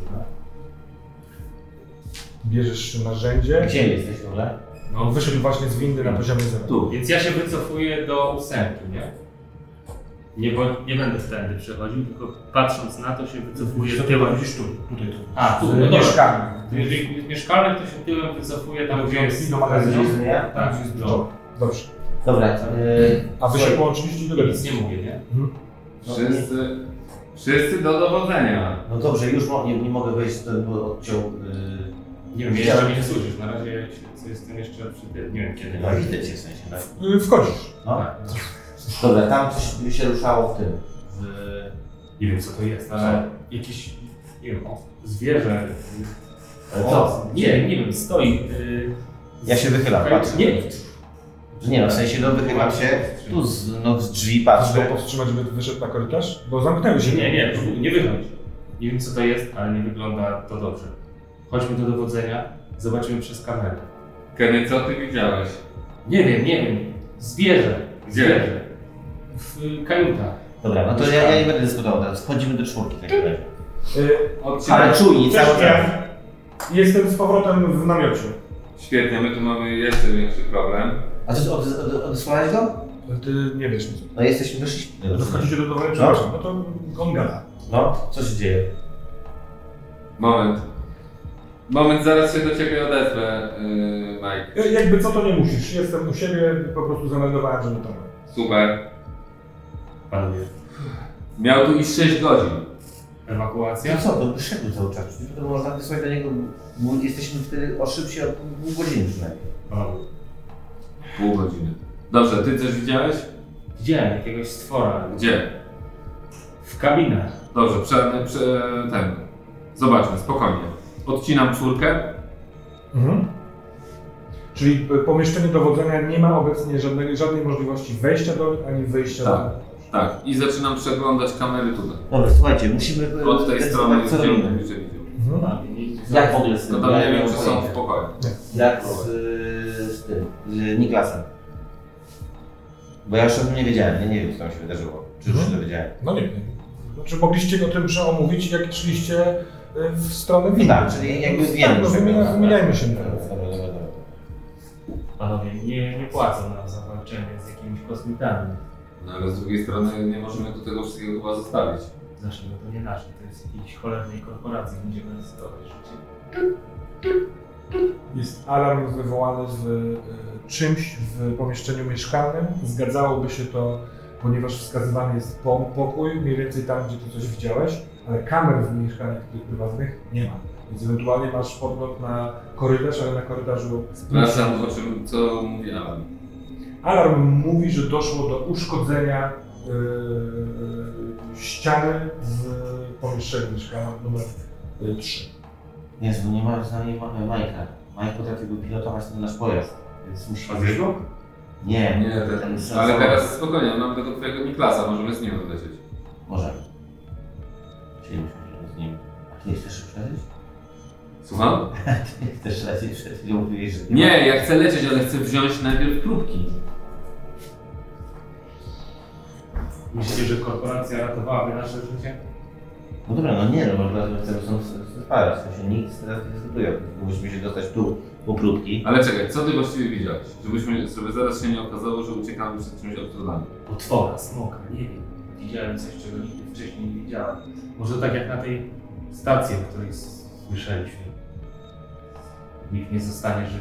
[SPEAKER 1] Bierzesz narzędzie.
[SPEAKER 3] Gdzie jesteś w ogóle?
[SPEAKER 2] No,
[SPEAKER 1] Wyszedł właśnie z windy na poziomie zero.
[SPEAKER 4] Tu.
[SPEAKER 2] Więc ja się wycofuję do ósemki, nie? Nie, bo nie będę wtedy przechodził, tylko patrząc na to się wycofuję
[SPEAKER 1] Widzisz,
[SPEAKER 2] tyłem.
[SPEAKER 1] widzisz tu, tutaj tu.
[SPEAKER 2] A, tu, no
[SPEAKER 1] Z
[SPEAKER 2] dobra.
[SPEAKER 1] mieszkamy.
[SPEAKER 2] Jeżeli mieszkalny, to się tyłem wycofuje tam, gdzie jest...
[SPEAKER 1] do magazynu.
[SPEAKER 3] Nie?
[SPEAKER 2] Tak,
[SPEAKER 1] Gdzie jest
[SPEAKER 2] no.
[SPEAKER 1] dużo. Dobrze.
[SPEAKER 3] Dobra, yy,
[SPEAKER 1] A wy się połączyliście i
[SPEAKER 2] Nic
[SPEAKER 1] dogadaliście.
[SPEAKER 2] nie mówię, nie?
[SPEAKER 1] Mhm.
[SPEAKER 4] Wszyscy, wszyscy do dowodzenia.
[SPEAKER 3] no dobrze, już mo- nie, nie mogę wejść, to bo odciął... Yy,
[SPEAKER 2] Nie wiem, jeszcze mnie nie słyszysz, na razie się- jestem jeszcze przy tym, nie wiem kiedy.
[SPEAKER 3] no widzę cię w sensie, tak?
[SPEAKER 1] Y, Wchodzisz.
[SPEAKER 3] No.
[SPEAKER 2] Tak, no.
[SPEAKER 3] Dobra, tam coś się ruszało w tym. W...
[SPEAKER 2] Nie wiem co to jest, ale jakieś, nie wiem, o, zwierzę.
[SPEAKER 3] Ale
[SPEAKER 2] O,
[SPEAKER 3] co?
[SPEAKER 2] nie, nie wiem, stoi. Yy,
[SPEAKER 3] Ja się wychylam,
[SPEAKER 2] z-
[SPEAKER 3] patrzę.
[SPEAKER 2] Nie,
[SPEAKER 3] Nie no, w sensie no wychylam się, tu z, no, z drzwi
[SPEAKER 1] Chcesz
[SPEAKER 3] patrzę.
[SPEAKER 1] go powstrzymać, żeby wyszedł na korytarz? Bo zamknęły się.
[SPEAKER 2] nie, nie, nie wychodź. Nie wiem co to jest, ale nie wygląda to dobrze. Chodźmy do dowodzenia, zobaczymy przez kamerę.
[SPEAKER 4] Kenny, co ty widziałeś?
[SPEAKER 2] Nie wiem, nie wiem, zwierzę.
[SPEAKER 4] Gdzie?
[SPEAKER 2] Zwierzę. W y, kajutach.
[SPEAKER 3] Dobra, no to ja, ja nie będę dyskutował teraz, wchodzimy do czwórki w takim razie.
[SPEAKER 1] Y,
[SPEAKER 3] Ale czujni cały
[SPEAKER 1] Cześć,
[SPEAKER 3] czas.
[SPEAKER 1] ja jestem z powrotem w namiocie.
[SPEAKER 4] Świetnie, my tu mamy jeszcze większy problem.
[SPEAKER 3] A ty od, od, odesłałeś go?
[SPEAKER 1] Ty nie wiesz nic.
[SPEAKER 3] No jesteśmy, wyszliśmy.
[SPEAKER 1] No wchodzicie do domu, przepraszam, no to on gada.
[SPEAKER 3] No, co się dzieje?
[SPEAKER 4] Moment. Moment, zaraz się do ciebie odezwę, yy, Mike.
[SPEAKER 1] Y, Jakby co, to nie musisz. Jestem u siebie, po prostu zameldowałem, że tam.
[SPEAKER 4] Super.
[SPEAKER 2] Panowie.
[SPEAKER 4] Miał tu iść sześć godzin.
[SPEAKER 2] Ewakuacja?
[SPEAKER 3] No co, to wyszedł cały czas, przecież to można wysłać do niego, bo jesteśmy wtedy o szybciej od pół godziny przynajmniej.
[SPEAKER 2] Panowie.
[SPEAKER 4] Pół godziny. Dobrze, ty coś widziałeś?
[SPEAKER 2] Widziałem jakiegoś stwora.
[SPEAKER 4] Gdzie?
[SPEAKER 2] W kabinach.
[SPEAKER 4] Dobrze, prze, prze, ten. Zobaczmy, spokojnie. Odcinam czwórkę.
[SPEAKER 1] Mhm. Czyli y, pomieszczenie dowodzenia nie ma obecnie żadnej, żadnej możliwości wejścia do nich, ani wyjścia
[SPEAKER 4] Tak.
[SPEAKER 1] do nich.
[SPEAKER 4] Tak, i zaczynam przeglądać kamery tutaj.
[SPEAKER 3] Dobra, słuchajcie, musimy...
[SPEAKER 4] Od tej strony,
[SPEAKER 3] co
[SPEAKER 4] gdzie
[SPEAKER 3] robimy?
[SPEAKER 4] on bliżej widział.
[SPEAKER 1] Mhm.
[SPEAKER 2] Panowie, nie-
[SPEAKER 3] Jak w ogóle z
[SPEAKER 4] No
[SPEAKER 3] tym?
[SPEAKER 4] tam
[SPEAKER 3] Ja
[SPEAKER 4] nie wiem,
[SPEAKER 3] mam
[SPEAKER 4] czy są w
[SPEAKER 3] pojęcia.
[SPEAKER 4] pokoju.
[SPEAKER 3] Jak z, y, z tym, z Niklasem. Bo ja już o tym nie wiedziałem, ja nie wiem co tam się wydarzyło. Czy już
[SPEAKER 1] Mhm.
[SPEAKER 3] się dowiedziałem.
[SPEAKER 1] No nie wiem. Znaczy mogliście o tym przeomówić, jak szliście y, w stronę windy.
[SPEAKER 3] Tak, czyli jakby
[SPEAKER 1] tak,
[SPEAKER 3] wiemy,
[SPEAKER 1] no
[SPEAKER 3] że-
[SPEAKER 1] wymienia, wymieniajmy się.
[SPEAKER 3] Dobra, dobra, dobra, dobra.
[SPEAKER 2] Panowie, nie, nie płacą nam za walczenie z jakimiś kosmitami.
[SPEAKER 4] No ale z drugiej strony nie możemy tu tego wszystkiego chyba zostawić.
[SPEAKER 2] Znaczy, no to nie nasze, to jest jakiejś cholernej korporacji, będziemy ryzykować życie.
[SPEAKER 1] Jest alarm wywołany z y, czymś w pomieszczeniu mieszkalnym. Zgadzałoby się to, ponieważ wskazywany jest po, pokój, mniej więcej tam, gdzie ty coś widziałeś, ale kamer w mieszkaniach tych prywatnych nie ma. Więc ewentualnie masz podgląd na korytarz, ale na korytarzu...
[SPEAKER 4] Sprawdzam, o czym, co mówi Alan.
[SPEAKER 1] Alarm mówi, że doszło do uszkodzenia yy, ściany w pomieszczeniu mieszkalnym numer trzy.
[SPEAKER 3] Jezu, nie ma z nami Ma- Majka. Mike potrafił pilotować ten nasz pojazd, więc musimy...
[SPEAKER 2] A wiesz go?
[SPEAKER 3] Nie,
[SPEAKER 4] Nie,
[SPEAKER 3] ten,
[SPEAKER 4] te,
[SPEAKER 3] ten
[SPEAKER 4] ale
[SPEAKER 3] sensor-
[SPEAKER 4] teraz spokojnie, mam tego twojego Niklasa, możemy z nim odlecieć.
[SPEAKER 3] Możemy. Chcielibyśmy się z nim. A ty nie chcesz przelecieć?
[SPEAKER 4] Słucham?
[SPEAKER 3] Ty nie chcesz lecieć, przed chwilą mówiłeś, że...
[SPEAKER 4] Nie, ja chcę lecieć, ale chcę wziąć najpierw próbki.
[SPEAKER 2] Myślicie, że korporacja ratowałaby nasze życie?
[SPEAKER 3] No dobra, no nie, no bo my chcemy stąd spalać, to się nikt teraz nie decyduje. Musimy się dostać tu po próbki.
[SPEAKER 4] Ale czekaj, co ty właściwie widziałeś? Żebyśmy, żeby zaraz się nie okazało, że uciekamy przed czymś absurdalnym.
[SPEAKER 2] Potwora, smoka, nie wiem. Widziałem coś, czego nigdy wcześniej nie widziałem. Może tak jak na tej stacji, o której s- słyszeliśmy. Nikt nie zostanie żywy.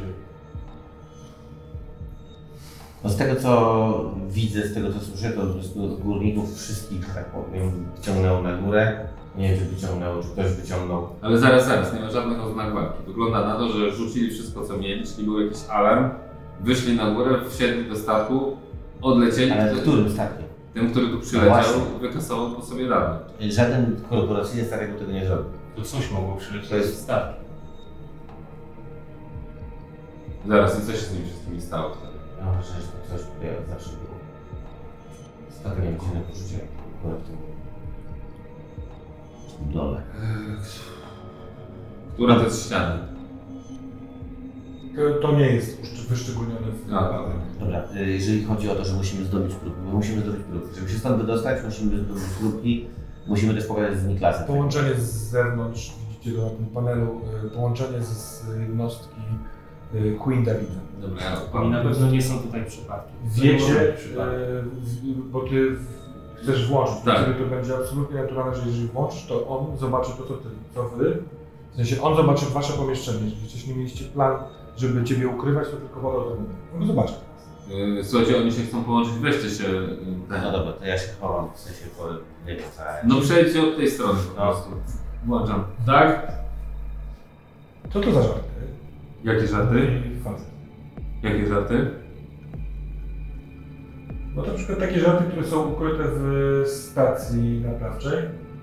[SPEAKER 3] No z tego co widzę, z tego co słyszę, to po prostu górników wszystkich, że tak powiem, wyciągnęło na górę. Nie wiem, czy wyciągnęło, czy ktoś wyciągnął.
[SPEAKER 4] Ale zaraz, zaraz, nie ma żadnych oznak walki. Wygląda na to, że rzucili wszystko co mieli, czyli był jakiś alarm, wyszli na górę, wsiedli do statku, odlecieli.
[SPEAKER 3] Ale
[SPEAKER 4] Ten-
[SPEAKER 3] w którym statku?
[SPEAKER 4] Ten, który tu
[SPEAKER 3] No
[SPEAKER 4] przyleciał,
[SPEAKER 3] właśnie.
[SPEAKER 4] wykasował po sobie dane.
[SPEAKER 3] Żaden korporacyjny statek tego nie zrobił.
[SPEAKER 2] To coś mogło przylecieć
[SPEAKER 3] To jest-
[SPEAKER 2] z statki.
[SPEAKER 4] Zaraz, i co się z nimi wszystkimi stało wtedy?
[SPEAKER 3] Ja mam wrażenie, że to coś tutaj od zawsze było. Statek nie będzie na poczucie. Akurat w tym w tym dole.
[SPEAKER 4] Która to jest ściana?
[SPEAKER 1] To, to nie jest uszczy- wyszczególnione w
[SPEAKER 4] A, dobra.
[SPEAKER 3] Dobra, y, jeżeli chodzi o to, że musimy zdobyć próbki, my musimy zdobyć próbki. Żeby się stąd wydostać, musimy zdobyć próbki, musimy też pogadać z Niklasem.
[SPEAKER 1] Połączenie z zewnątrz, widzicie na tym panelu, y, połączenie z, z jednostki y, Queen Davida.
[SPEAKER 4] Dobra, ja
[SPEAKER 2] Oni
[SPEAKER 4] odpalam.
[SPEAKER 2] na pewno nie są tutaj przypadkiem. To nie może
[SPEAKER 1] Wiecie,
[SPEAKER 2] być przypadek.
[SPEAKER 1] y, w- bo ty w- chcesz włączyć,
[SPEAKER 4] Tak.
[SPEAKER 1] wtedy to będzie absolutnie naturalne, że jeżeli włączysz, to on zobaczy to, co ty, co wy. W sensie on zobaczy wasze pomieszczenie. Jeżeli wcześniej mieliście plan, żeby ciebie ukrywać, to tylko woda do mnie. On zobaczy.
[SPEAKER 4] Yy, Słuchajcie, oni się chcą połączyć, weźcie się. yy, ten.
[SPEAKER 3] No dobra, to ja się chowam, w sensie po... nie wiem, co...
[SPEAKER 4] No przejdźcie od tej strony po
[SPEAKER 3] No.
[SPEAKER 4] prostu. Włączam. Tak?
[SPEAKER 1] Co to za żarty?
[SPEAKER 4] Jakie żarty?
[SPEAKER 1] I facet.
[SPEAKER 4] Jakie żarty?
[SPEAKER 1] No to na przykład takie żarty, które są ukryte w stacji naprawczej.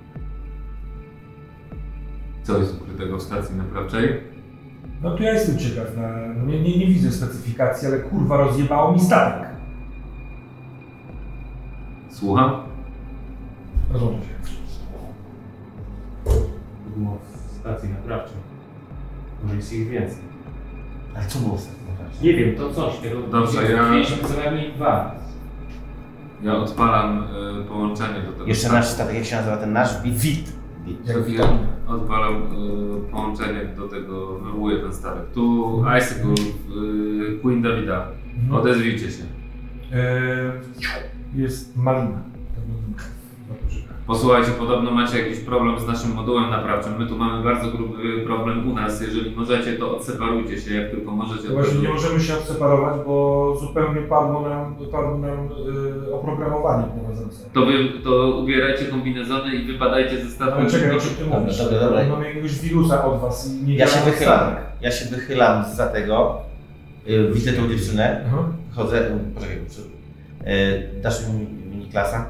[SPEAKER 4] Co jest ukrytego w stacji naprawczej?
[SPEAKER 1] No to ja jestem ciekaw, na, no nie, nie, nie widzę specyfikacji, ale kurwa rozjebało mi statek.
[SPEAKER 4] Słucham?
[SPEAKER 1] Rozłączę się.
[SPEAKER 2] Było w stacji naprawczej. Może jest ich więcej.
[SPEAKER 3] Ale co było w stacji naprawdę?
[SPEAKER 2] Nie wiem, to coś. Tego
[SPEAKER 4] Dobrze, ja-
[SPEAKER 2] mieliśmy co najmniej dwa.
[SPEAKER 4] Ja odpalam y, połączenie do tego.
[SPEAKER 3] Jeszcze nasz statek, jak się nazywa ten nasz? Wit. Wit. Wit.
[SPEAKER 1] Jak
[SPEAKER 4] Ja
[SPEAKER 1] witam.
[SPEAKER 4] odpalam y, połączenie do tego, wywołuję ten statek. Tu Icicle, y, Queen Davida.
[SPEAKER 1] Mhm.
[SPEAKER 4] Odezwijcie się.
[SPEAKER 1] Yy, jest malina.
[SPEAKER 4] Posłuchajcie, podobno macie jakiś problem z naszym modułem naprawczym. My tu mamy bardzo gruby problem u nas. Jeżeli możecie, to odseparujcie się, jak tylko możecie.
[SPEAKER 1] To właśnie nie możemy się odseparować, bo zupełnie padło nam, padło nam yy, oprogramowanie prowadzące.
[SPEAKER 4] To wy to ubierajcie kombinezony i wypadajcie ze statku.
[SPEAKER 1] Ale czekaj, o czym ty
[SPEAKER 3] Dobra,
[SPEAKER 1] mówisz?
[SPEAKER 3] dobra, dobra.
[SPEAKER 1] Mamy jakiegoś wirusa od was i nie
[SPEAKER 3] Ja się
[SPEAKER 1] działa
[SPEAKER 3] wychylam.
[SPEAKER 1] statek.
[SPEAKER 3] Ja się wychylam za tego. Y, Widzę tą dziewczynę.
[SPEAKER 1] Aha.
[SPEAKER 3] Chodzę. y, Poczekaj, przy- y, dasz mi mini klasa?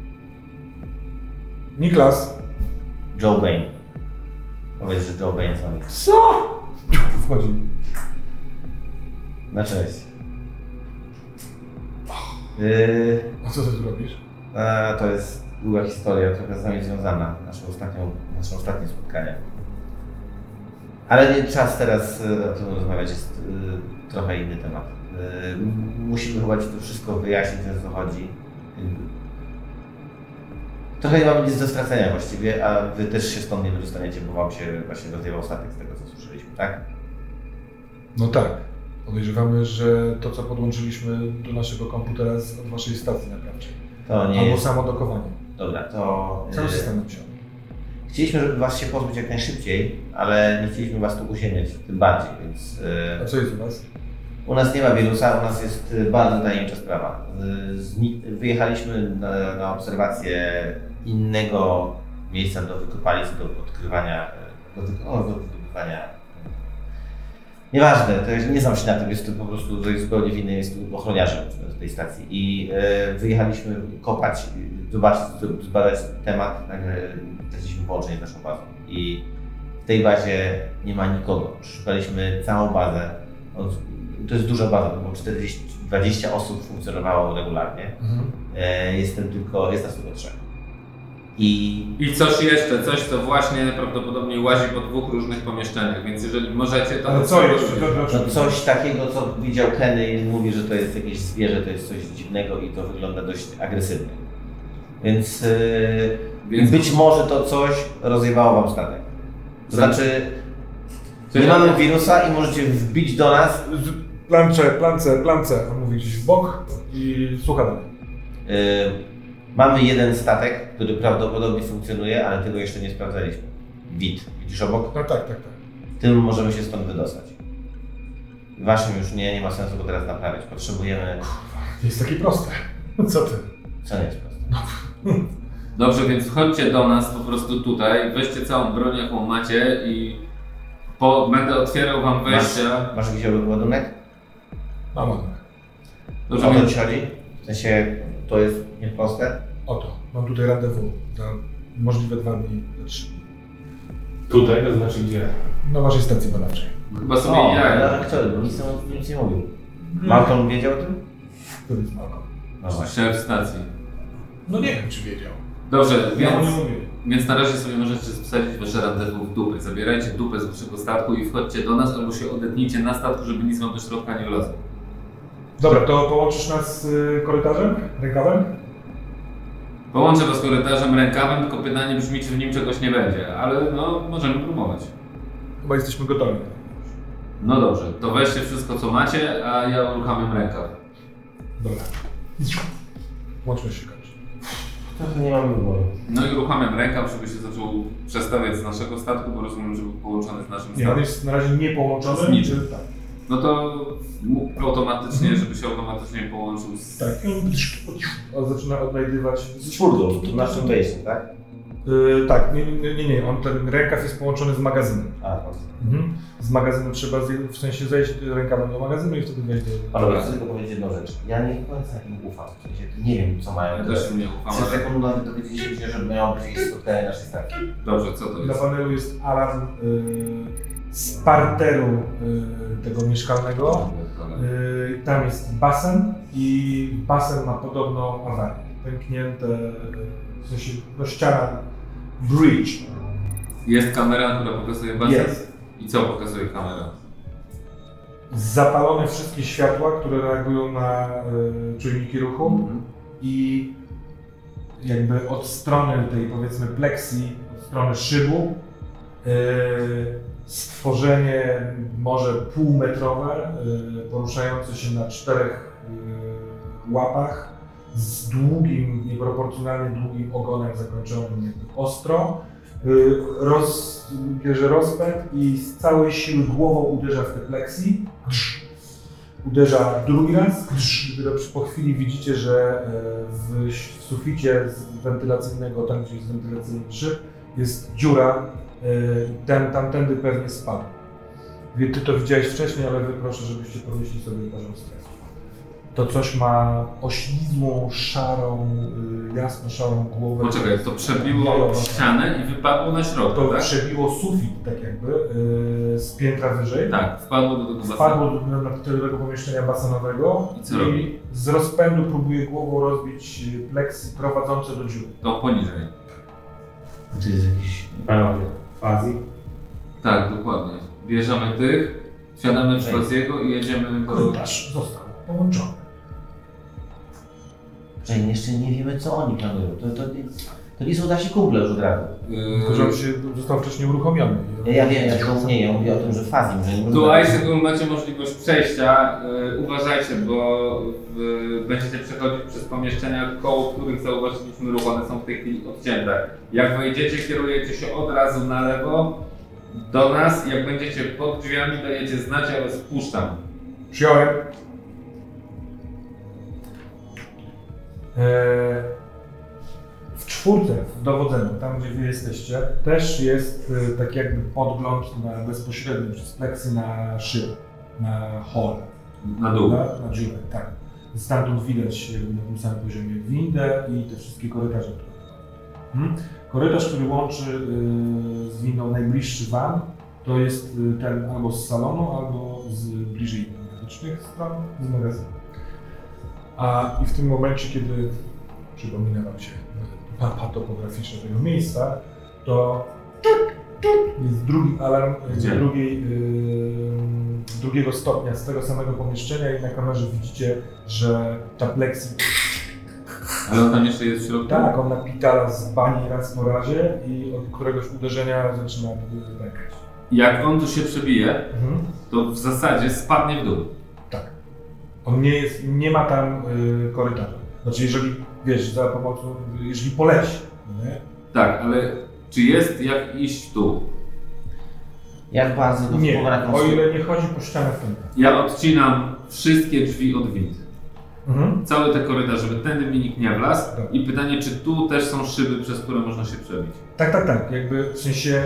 [SPEAKER 1] Niklas.
[SPEAKER 3] Joe Bain. Powiedz, że Joe Bain dzwoni.
[SPEAKER 1] Co? Wchodzi.
[SPEAKER 3] Na cześć. Yy,
[SPEAKER 1] A co ty tu robisz?
[SPEAKER 3] a, to jest długa historia, trochę z nami związana. Nasze, ostatnią, nasze ostatnie spotkanie. Ale nie czas teraz y, o tym rozmawiać, jest y, trochę inny temat. Y, m- musimy chyba Ci to wszystko wyjaśnić, o co chodzi. Y, Trochę nie mamy nic do stracenia właściwie, a Wy też się stąd nie wydostaniecie, bo Wam się właśnie rozjewał statek z tego, co słyszeliśmy, tak?
[SPEAKER 1] No tak. Podejrzewamy, że to, co podłączyliśmy do naszego komputera z od waszej stacji naprawczej.
[SPEAKER 3] To nie
[SPEAKER 1] Albo
[SPEAKER 3] jest...
[SPEAKER 1] samo dokowanie.
[SPEAKER 3] Dobra, to...
[SPEAKER 1] Cały
[SPEAKER 3] y,
[SPEAKER 1] system nam wsiadł.
[SPEAKER 3] Chcieliśmy, żeby Was się pozbyć jak najszybciej, ale nie chcieliśmy Was tu uziemiać tym bardziej, więc...
[SPEAKER 1] A
[SPEAKER 3] y,
[SPEAKER 1] co jest u was?
[SPEAKER 3] U nas nie ma wirusa, u nas jest y, bardzo tajemnicza sprawa. Y, zni- Wyjechaliśmy na, na obserwację innego miejsca do wykopalisk, do odkrywania, y, do, wy- o, do wydobywania. Nieważne, to jest, nie znam się na tym, jest to po prostu to jest zupełnie w innej, jest ochroniarzem w tej stacji. I y, wyjechaliśmy kopać, y, zobaczyć, zbadać temat, nagle traciliśmy połączenie z naszą bazą. I W tej bazie nie ma nikogo. Szukaliśmy całą bazę. Od, to jest duża baza, bo czterdzieści, dwadzieścia osób funkcjonowało regularnie.
[SPEAKER 1] Mhm.
[SPEAKER 3] E, jestem tylko, jest nas tylko trzech. I
[SPEAKER 4] I coś jeszcze, coś co właśnie prawdopodobnie łazi po dwóch różnych pomieszczeniach, więc jeżeli możecie, to...
[SPEAKER 1] Ale co jeszcze? To, to,
[SPEAKER 3] no coś takiego, co widział Kenny i mówi, że to jest jakieś zwierzę, to jest coś dziwnego i to wygląda dość agresywnie. Więc, yy,
[SPEAKER 4] Więc-
[SPEAKER 3] być może to coś rozjebało wam statek. To znaczy, nie mamy wirusa i możecie wbić do nas.
[SPEAKER 1] Plancze, plance, plance, on mówi gdzieś w bok i słucha dalej.
[SPEAKER 3] Yy, mamy jeden statek, który prawdopodobnie funkcjonuje, ale tego jeszcze nie sprawdzaliśmy. Wid, widzisz obok?
[SPEAKER 1] No tak, tak, tak.
[SPEAKER 3] Tym możemy się stąd wydostać. Waszym już nie, nie ma sensu go teraz naprawiać. Potrzebujemy...
[SPEAKER 1] To jest takie proste. Co ty?
[SPEAKER 3] Co nie jest proste?
[SPEAKER 4] Dobrze, więc chodźcie do nas po prostu tutaj, weźcie całą broń jaką macie i po, będę otwierał wam wejścia.
[SPEAKER 3] Masz jakiś ładunek?
[SPEAKER 1] Mam ładne.
[SPEAKER 4] Dobrze,
[SPEAKER 3] O to
[SPEAKER 4] więc
[SPEAKER 3] ci chodzi? W sensie, to jest nieproste?
[SPEAKER 1] Oto, mam tutaj rendezvous za możliwe dwa dni, trzy.
[SPEAKER 2] Tutaj, to znaczy gdzie?
[SPEAKER 1] Na waszej stacji badawczej.
[SPEAKER 4] chyba sobie
[SPEAKER 3] O,
[SPEAKER 4] ja.
[SPEAKER 3] ale chciałem, bo nic, nic nie mówił. Malcolm wiedział o tym?
[SPEAKER 1] To jest Malcolm.
[SPEAKER 3] No właśnie.
[SPEAKER 4] Szef stacji.
[SPEAKER 1] No nie wiem, czy wiedział.
[SPEAKER 4] Dobrze,
[SPEAKER 1] Ja mu
[SPEAKER 4] więc,
[SPEAKER 1] nie mówię.
[SPEAKER 4] więc na razie sobie możecie wsadzić wasze rendezvous w dupy. Zabierajcie dupę z waszego statku i wchodźcie do nas, albo się odetnijcie na statku, żeby nic wam do środka nie wlazło.
[SPEAKER 1] Dobra, to połączysz nas z y, korytarzem, rękawem?
[SPEAKER 4] Połączę was korytarzem, rękawem, tylko pytanie brzmi, czy w nim czegoś nie będzie, ale no, możemy próbować.
[SPEAKER 1] Chyba jesteśmy gotowi.
[SPEAKER 4] No dobrze, to weźcie wszystko co macie, a ja uruchamiam rękaw.
[SPEAKER 1] Dobra. Łączność się kończy.
[SPEAKER 3] Trochę nie mamy wyboru.
[SPEAKER 4] No i uruchamiam rękaw, żeby się zaczął przestawiać z naszego statku, bo rozumiem, że był połączony z naszym
[SPEAKER 1] Nie, on
[SPEAKER 4] statkiem.
[SPEAKER 1] jest na razie nie połączony.
[SPEAKER 4] Z niczym.
[SPEAKER 1] Tak.
[SPEAKER 4] No to mógł automatycznie, żeby się automatycznie połączył z...
[SPEAKER 1] Tak. I on, on zaczyna odnajdywać.
[SPEAKER 3] Z furtą, to nasz station, tak?
[SPEAKER 1] Yy, tak, nie, nie, nie, nie. On, ten rękaw jest połączony z magazynem.
[SPEAKER 3] A, no.
[SPEAKER 1] Mhm. Z magazynem trzeba zje- w sensie zejść rękawem do magazynu i wtedy wejść do...
[SPEAKER 3] Panowie, chcę tylko powiedzieć jedną rzecz. Ja nie do końca im ufam. W sensie, nie wiem, co mają.
[SPEAKER 4] Ja też im nie ufam,
[SPEAKER 3] Przez
[SPEAKER 4] ale...
[SPEAKER 3] sekundę nawet dowiedzieliśmy się, że mają być jakieś spotkania naszej stacji.
[SPEAKER 4] Dobrze, co to
[SPEAKER 1] Na
[SPEAKER 4] jest?
[SPEAKER 1] panelu jest alarm yy, z parteru yy, tego mieszkalnego. Yy, tam jest basen i basen ma podobną awarię. Pęknięte, yy, w sensie no, ściana, bridge.
[SPEAKER 4] Jest kamera, która pokazuje basen?
[SPEAKER 1] Jest.
[SPEAKER 4] I co pokazuje kamera?
[SPEAKER 1] Zapalone wszystkie światła, które reagują na yy, czujniki ruchu i jakby od strony tej powiedzmy pleksji, od strony szybu yy, stworzenie może półmetrowe, yy, poruszające się na czterech yy, łapach z długim, nieproporcjonalnie długim ogonem zakończonym jakby ostro. Yy, roz, bierze rozpęd i z całej siły głową uderza w te pleksji. Uderza drugi raz. Dopiero po chwili widzicie, że w, w suficie z wentylacyjnego, tam gdzie jest wentylacyjny szyb, jest dziura. Ten tamtędy pewnie spadł. Wie, ty to widziałeś wcześniej, ale wy proszę, żebyście podnieśli sobie poziom stresu. To coś ma oślizłą, szarą, jasno-szarą głowę.
[SPEAKER 4] Poczekaj, to przebiło ścianę i wypadło na środku,
[SPEAKER 1] To
[SPEAKER 4] tak?
[SPEAKER 1] przebiło sufit, tak jakby, yy, z piętra wyżej.
[SPEAKER 4] Tak, wpadło do tego basenu.
[SPEAKER 1] Wpadło do, na, na tego pomieszczenia basenowego
[SPEAKER 4] I co robi?
[SPEAKER 1] z rozpędu próbuje głową rozbić pleksy prowadzące do dziury.
[SPEAKER 4] To poniżej.
[SPEAKER 3] To jest jakiś...
[SPEAKER 2] Panowie, Fazji.
[SPEAKER 4] Tak, dokładnie. Bierzemy tych, wsiadamy w Faziego i jedziemy do...
[SPEAKER 1] Korytarz został połączony.
[SPEAKER 3] Że jeszcze nie wiemy, co oni planują. To, to, nie, to nie są nasi kumple już od razu.
[SPEAKER 1] Tylko, że on się został wcześniej uruchomiony.
[SPEAKER 3] Ja, ja wiem, ja tylko nie, ja mówię o tym, że Fazim, że nie
[SPEAKER 4] Tu
[SPEAKER 3] możemy...
[SPEAKER 4] Isaac, macie możliwość przejścia. Yy, uważajcie, bo yy, będziecie przechodzić przez pomieszczenia, koło których zauważyliśmy ruch, one są w tej chwili odcięte. Jak wejdziecie, kierujecie się od razu na lewo do nas. Jak będziecie pod drzwiami, dajecie znać, ale spuszczam.
[SPEAKER 1] Przyjąłem. Eee, w czwórce, w dowodzeniu, tam gdzie wy jesteście, też jest e, tak jakby podgląd na bezpośredni przez pleksy na szyb, na hol.
[SPEAKER 4] Na dół.
[SPEAKER 1] Na, na dziurę, tak. Stamtąd widać jakby na tym samym poziomie windę i te wszystkie korytarze. Mhm. Korytarz, który łączy y, z windą najbliższy wam, to jest y, ten albo z salonu, albo z bliżej medycznych stron, z magazynu. A i w tym momencie, kiedy przypomina wam się mapa topograficzna tego miejsca, to jest drugi alarm
[SPEAKER 4] Gdzie?
[SPEAKER 1] drugiej, y, drugiego stopnia z tego samego pomieszczenia i na kamerze widzicie, że ta plexi,
[SPEAKER 4] Ale on tam jeszcze jest w środku?
[SPEAKER 1] tak, on napitala z bani raz po razie i od któregoś uderzenia zaczyna pękać.
[SPEAKER 4] Jak on tu się przebije,
[SPEAKER 1] Mhm.
[SPEAKER 4] to w zasadzie spadnie w dół.
[SPEAKER 1] Tak. On nie jest, nie ma tam y, korytarza. Znaczy jeżeli, wiesz, za pomocą, jeżeli poleci, nie?
[SPEAKER 4] Tak, ale czy jest jak iść tu?
[SPEAKER 3] Jak bardzo do
[SPEAKER 1] Nie,
[SPEAKER 3] powrotu-
[SPEAKER 1] o ile nie chodzi po ścianach tępych.
[SPEAKER 4] Ja odcinam wszystkie drzwi od windy.
[SPEAKER 1] Mhm.
[SPEAKER 4] Cały ten korytarz, żeby tędy mi nikt nie wlazł.
[SPEAKER 1] Dobra.
[SPEAKER 4] I pytanie, czy tu też są szyby, przez które można się przebić?
[SPEAKER 1] Tak, tak, tak. Jakby w sensie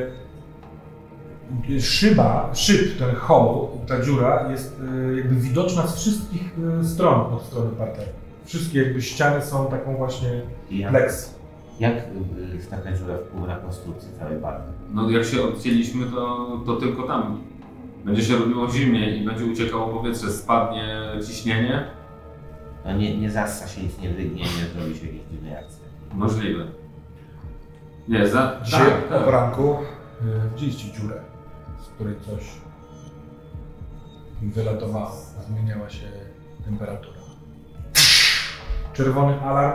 [SPEAKER 1] y, szyba, szyb, ten hole, ta dziura jest y, jakby widoczna z wszystkich y, stron od strony parteru. Wszystkie jakby ściany są taką właśnie
[SPEAKER 3] Jak,
[SPEAKER 1] plexi.
[SPEAKER 3] jak y, taka dziura wpływa na konstrukcję całej partii?
[SPEAKER 4] No jak się odcięliśmy, to, to tylko tam. Będzie się robiło zimniej i będzie uciekało powietrze, spadnie ciśnienie.
[SPEAKER 3] No nie, nie zassa się nic, nie wygnie, nie zrobi się jakiejś dziwnej akcji.
[SPEAKER 4] Możliwe. Nie, za...
[SPEAKER 1] Dzisiaj
[SPEAKER 4] tak,
[SPEAKER 1] o
[SPEAKER 4] tak.
[SPEAKER 1] poranku y, widzieliście dziurę, z której coś wylatowało, zmieniała się temperatura. Czerwony alarm.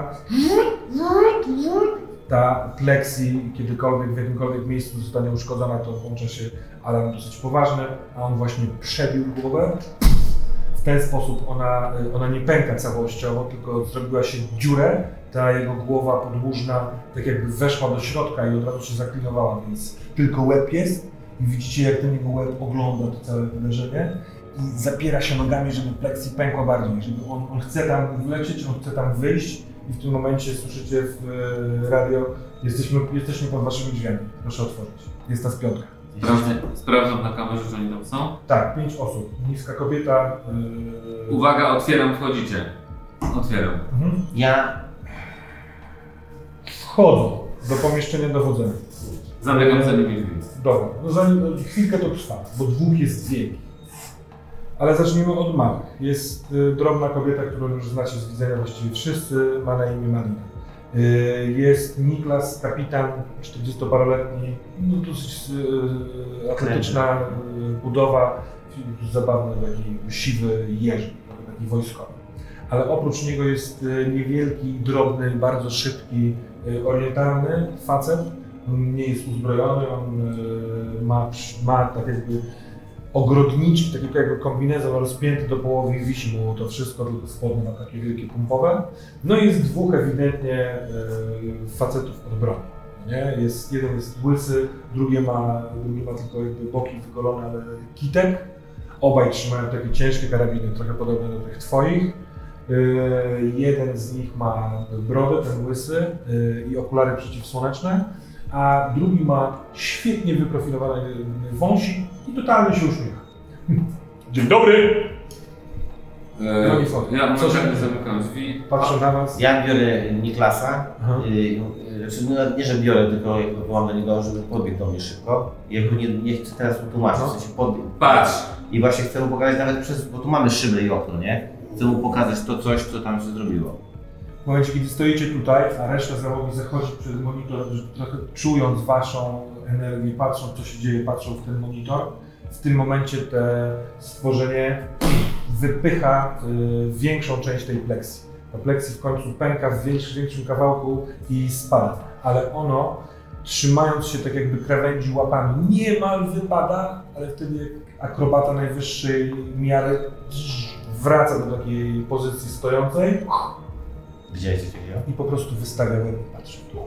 [SPEAKER 1] Ta plexi, kiedykolwiek w jakimkolwiek miejscu zostanie uszkodzona, to włącza się alarm dosyć poważny, a on właśnie przebił głowę. W ten sposób ona, ona nie pęka całościowo, tylko zrobiła się dziurę. Ta jego głowa podłużna tak jakby weszła do środka i od razu się zaklinowała, więc tylko łeb jest i widzicie, jak ten jego łeb ogląda to całe wydarzenie i zapiera się nogami, żeby plexi pękła bardziej, żeby on, on chce tam wlecieć, on chce tam wyjść i w tym momencie słyszycie w e, radio, jesteśmy, jesteśmy pod waszymi drzwiami, proszę otworzyć. Jest ta piątka.
[SPEAKER 4] Sprawdzam, sprawdzam na kamerze, czy oni tam są.
[SPEAKER 1] Tak, pięć osób, niska kobieta. Yy...
[SPEAKER 4] Uwaga, otwieram, wchodzicie. Otwieram.
[SPEAKER 1] Mhm.
[SPEAKER 3] Ja
[SPEAKER 1] Wchodzą do pomieszczenia dowodzenia.
[SPEAKER 4] Zamykam za nimi drzwi.
[SPEAKER 1] Dobra, no zanim chwilkę to trwa, bo dwóch jest wielkich. Ale zacznijmy od małych. Jest y, drobna kobieta, którą już znacie z widzenia właściwie wszyscy, ma na imię Marina. Y, jest Niklas, kapitan, czterdziestoparoletni, no dosyć y, atletyczna y, budowa, zabawny taki siwy jeży, taki wojskowy. Ale oprócz niego jest y, niewielki, drobny, bardzo szybki, y, orientalny facet. On nie jest uzbrojony, on y, ma, ma tak jakby ogrodniczy, taki jakby kombinezon rozpięty do połowy i wisi mu to wszystko, tylko spodnie ma takie wielkie pumpowe. No i jest dwóch ewidentnie y, facetów od broni. Nie? Jest, jeden jest łysy, drugi ma, drugi ma tylko jakby boki wygolone, ale kitek. Obaj trzymają takie ciężkie karabiny, trochę podobne do tych twoich. Y, jeden z nich ma brodę, ten łysy, y, i okulary przeciwsłoneczne, a drugi ma świetnie wyprofilowany wąsik i totalnie się uśmiecha. Dzień dobry!
[SPEAKER 4] E,
[SPEAKER 1] No i co?
[SPEAKER 4] ja
[SPEAKER 1] Co
[SPEAKER 4] może
[SPEAKER 1] się-
[SPEAKER 4] zamykam drzwi.
[SPEAKER 1] Patrzę na was.
[SPEAKER 3] Ja biorę Niklasa,
[SPEAKER 1] Aha.
[SPEAKER 3] y, y, znaczy no, nie, że biorę, tylko jakby wołam do niego, żeby podbiegł do mnie szybko. I jakby nie, nie chcę teraz mu tłumaczyć,
[SPEAKER 1] No.
[SPEAKER 3] w sensie podbiegł.
[SPEAKER 4] Patrz!
[SPEAKER 3] I właśnie chcę mu pokazać nawet przez, bo tu mamy szybę i okno, nie? Chcę mu pokazać to coś, co tam się zrobiło.
[SPEAKER 1] W momencie, kiedy stoicie tutaj, a reszta załogi zachodzi przez monitor, trochę czując waszą energię, patrzą co się dzieje, patrzą w ten monitor, w tym momencie te stworzenie wypycha y, większą część tej pleksji. Ta pleksji w końcu pęka w większym, większym kawałku i spada, ale ono, trzymając się tak jakby krawędzi łapami, niemal wypada, ale wtedy jak akrobata najwyższej miary wraca do takiej pozycji stojącej
[SPEAKER 3] Widziałeś coś takiego?
[SPEAKER 1] i po prostu wystawia łeb i patrzy w dół.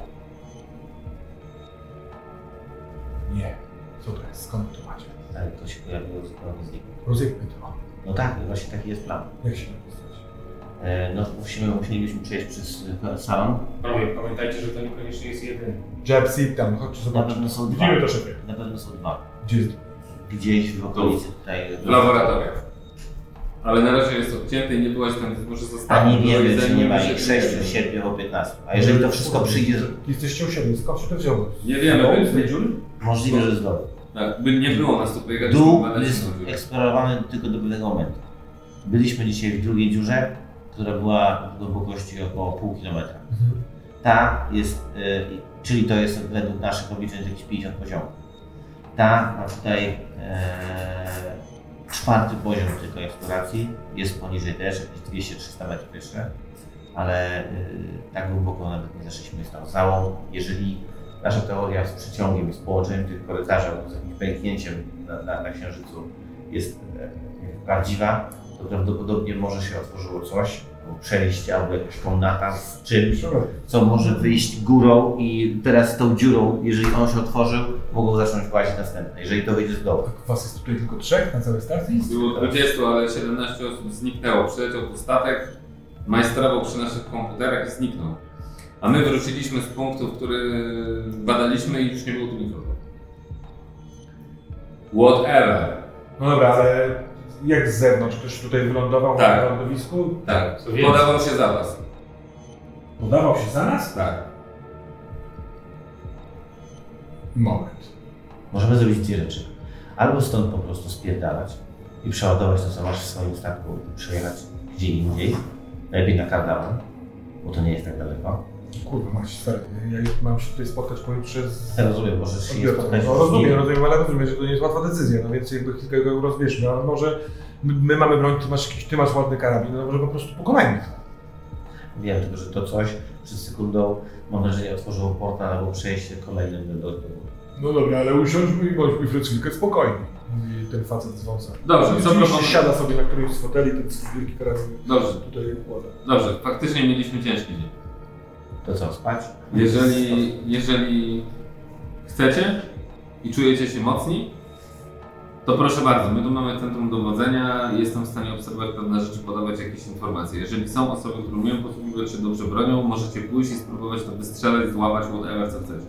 [SPEAKER 1] Nie. Co to jest? Skąd to macie?
[SPEAKER 3] Ale to się pojawiło zupełnie zniknął.
[SPEAKER 1] Rozjebmy to.
[SPEAKER 3] No tak, właśnie taki jest plan.
[SPEAKER 1] Jak się napisać?
[SPEAKER 3] E, no musimy, musielibyśmy przejść przez e, salon.
[SPEAKER 2] Panowie, pamiętajcie, że to niekoniecznie jest jeden.
[SPEAKER 1] Jab, sit tam, chodźcie
[SPEAKER 3] Na
[SPEAKER 1] zobaczyć.
[SPEAKER 3] pewno są dwa.
[SPEAKER 1] Widzimy to szefie.
[SPEAKER 3] Na pewno są dwa.
[SPEAKER 1] Gdzie jest?
[SPEAKER 3] Gdzieś w okolicy tutaj.
[SPEAKER 4] W laboratoriach. Ale na razie jest odcięty i nie byłeś tam, więc może zostawić.
[SPEAKER 3] A nie wiemy, czy nie ma ich sześciu, siedmiu, o piętnastu. A jeżeli to wszystko przyjdzie...
[SPEAKER 1] Jesteście u siebie, skąd się to wzięło?
[SPEAKER 4] Nie wiemy,
[SPEAKER 1] No,
[SPEAKER 4] więc-
[SPEAKER 1] z tej dziury?
[SPEAKER 3] Możliwe, że z dołu.
[SPEAKER 4] Tak, by nie było nas tu pojechać.
[SPEAKER 3] Dół
[SPEAKER 4] badać
[SPEAKER 3] jest
[SPEAKER 4] tą dziurę.
[SPEAKER 3] eksplorowany tylko do pewnego momentu. Byliśmy dzisiaj w drugiej dziurze, która była w głębokości około pół kilometra. Ta jest, y, czyli to jest według naszych obliczeń jakieś pięćdziesiąt poziomów. Ta ma tutaj e, czwarty poziom tylko eksploracji, jest poniżej też, jakieś dwieście trzysta metrów jeszcze, ale y, tak głęboko nawet nie zeszliśmy z tą załą. Jeżeli nasza teoria z przyciągiem i z połączeniem tych korytarzy, z jakimś pęknięciem na, na, na Księżycu jest e, prawdziwa, to prawdopodobnie może się otworzyło coś, albo przejście, albo jakaś komnata z czymś, co może wyjść górą i teraz tą dziurą, jeżeli on się otworzył, mogą zacząć łazić następne, jeżeli to wyjdzie z dołu.
[SPEAKER 1] Was jest tutaj tylko trzech na całej stacji?
[SPEAKER 4] Było dwadzieścia, ale siedemnaście osób zniknęło. Przyleciał tu statek, majstrował przy naszych komputerach i zniknął. A my wróciliśmy z punktu, który badaliśmy i już nie było tu nikogo. Whatever.
[SPEAKER 1] No dobra, ale jak z zewnątrz? Ktoś tutaj wylądował
[SPEAKER 4] Tak.
[SPEAKER 1] na lądowisku?
[SPEAKER 4] Tak,
[SPEAKER 2] Co więcej.
[SPEAKER 4] podawał się za was.
[SPEAKER 1] Podawał się za nas?
[SPEAKER 4] Tak.
[SPEAKER 1] Moment.
[SPEAKER 3] Możemy zrobić dwie rzeczy. Albo stąd po prostu spierdalać i przeładować to, co masz w swoim statku i przejechać gdzie indziej, najlepiej na Kardaman, bo to nie jest tak daleko.
[SPEAKER 1] Kurwa, masz stary, ja mam się tutaj spotkać pojutrze z...
[SPEAKER 3] Ja rozumiem, możesz się nie
[SPEAKER 1] odbiorcą.
[SPEAKER 3] spotkać
[SPEAKER 1] No
[SPEAKER 3] z
[SPEAKER 1] rozumiem,
[SPEAKER 3] nim.
[SPEAKER 1] rozumiem, ale rozumiem, że to nie jest łatwa decyzja, no więc jakby kilka go rozwieszmy, ale może my, my mamy broń, ty masz jakiś, ty masz ładny karabin, no może po prostu pokonajmy to.
[SPEAKER 3] Wiem tylko, że to coś przed sekundą, mam wrażenie, otworzyło portal albo przejście kolejnym do do-
[SPEAKER 1] No dobra, ale usiądźmy i bądźmy przez chwilkę spokojni, mówi ten facet z wąsa.
[SPEAKER 4] Dobrze, co
[SPEAKER 1] Oczywiście
[SPEAKER 4] proponuję?
[SPEAKER 1] siada sobie na którymś z foteli, ten wielki karabin
[SPEAKER 4] Dobrze,
[SPEAKER 1] tutaj układa.
[SPEAKER 4] dobrze. Faktycznie mieliśmy ciężki dzień.
[SPEAKER 3] To co, spać?
[SPEAKER 4] Jeżeli, jeżeli chcecie i czujecie się mocni, to proszę bardzo, my tu mamy centrum dowodzenia i jestem w stanie obserwować pewne rzeczy, podawać jakieś informacje. Jeżeli są osoby, które umieją posługiwać się dobrze bronią, możecie pójść i spróbować to wystrzelać, złapać, whatever, co chcecie.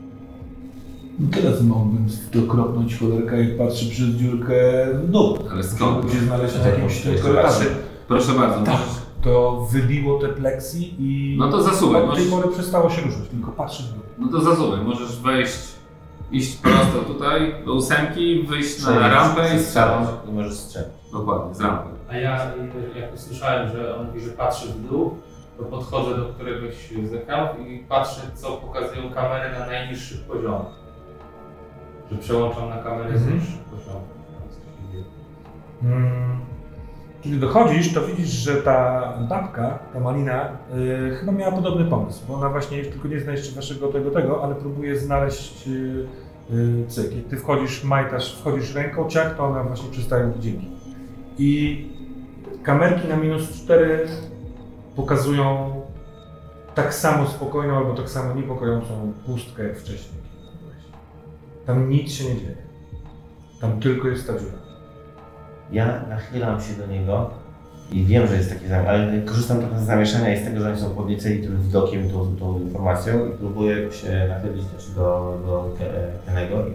[SPEAKER 1] Teraz mógłbym dokropnąć cholerka i patrzy przez dziurkę w dół.
[SPEAKER 4] Ale skąd?
[SPEAKER 1] Gdzie znaleźć
[SPEAKER 3] Tak,
[SPEAKER 1] jakimś
[SPEAKER 3] jeszcze
[SPEAKER 1] korytarzy.
[SPEAKER 4] Proszę bardzo,
[SPEAKER 1] Tak.
[SPEAKER 4] możesz...
[SPEAKER 1] To wybiło te pleksji i
[SPEAKER 4] No to zasuwaj,
[SPEAKER 1] od tej
[SPEAKER 4] możesz...
[SPEAKER 1] pory przestało się ruszać, tylko patrzy w dół.
[SPEAKER 4] No to zasuwaj, możesz wejść, iść prosto tutaj do ósemki, wyjść na
[SPEAKER 3] Przejdziesz
[SPEAKER 4] rampę i
[SPEAKER 3] przez
[SPEAKER 4] strzelać.
[SPEAKER 3] salon i możesz strzelić.
[SPEAKER 4] Dokładnie, z rampy.
[SPEAKER 2] A ja, jak usłyszałem, że on mówi, że patrzy w dół, to podchodzę do któregoś z ekranów i patrzę, co pokazują kamery na najniższych poziomach. Że przełączam na kamerę z
[SPEAKER 1] Mhm.
[SPEAKER 2] niższych poziomów. Tam coś się dzieje.
[SPEAKER 1] Mm. Kiedy dochodzisz, to widzisz, że ta babka, ta Malina, y, chyba miała podobny pomysł, bo ona właśnie tylko nie zna jeszcze waszego tego, tego, ale próbuje znaleźć y, y, cyk. Jak ty wchodzisz, majtasz, wchodzisz ręką, ciach, to ona właśnie przestaje mówić dzięki. I kamerki na minus cztery pokazują tak samo spokojną albo tak samo niepokojącą pustkę jak wcześniej. Tam nic się nie dzieje. Tam tylko jest ta dziura.
[SPEAKER 3] Ja nachylam się do niego i wiem, że jest taki zamiar, ale korzystam trochę z zamieszania i z tego, że oni są podnieceni tym widokiem, tą, tą informacją i próbuję się nachylić też do, do Ke- Kenego i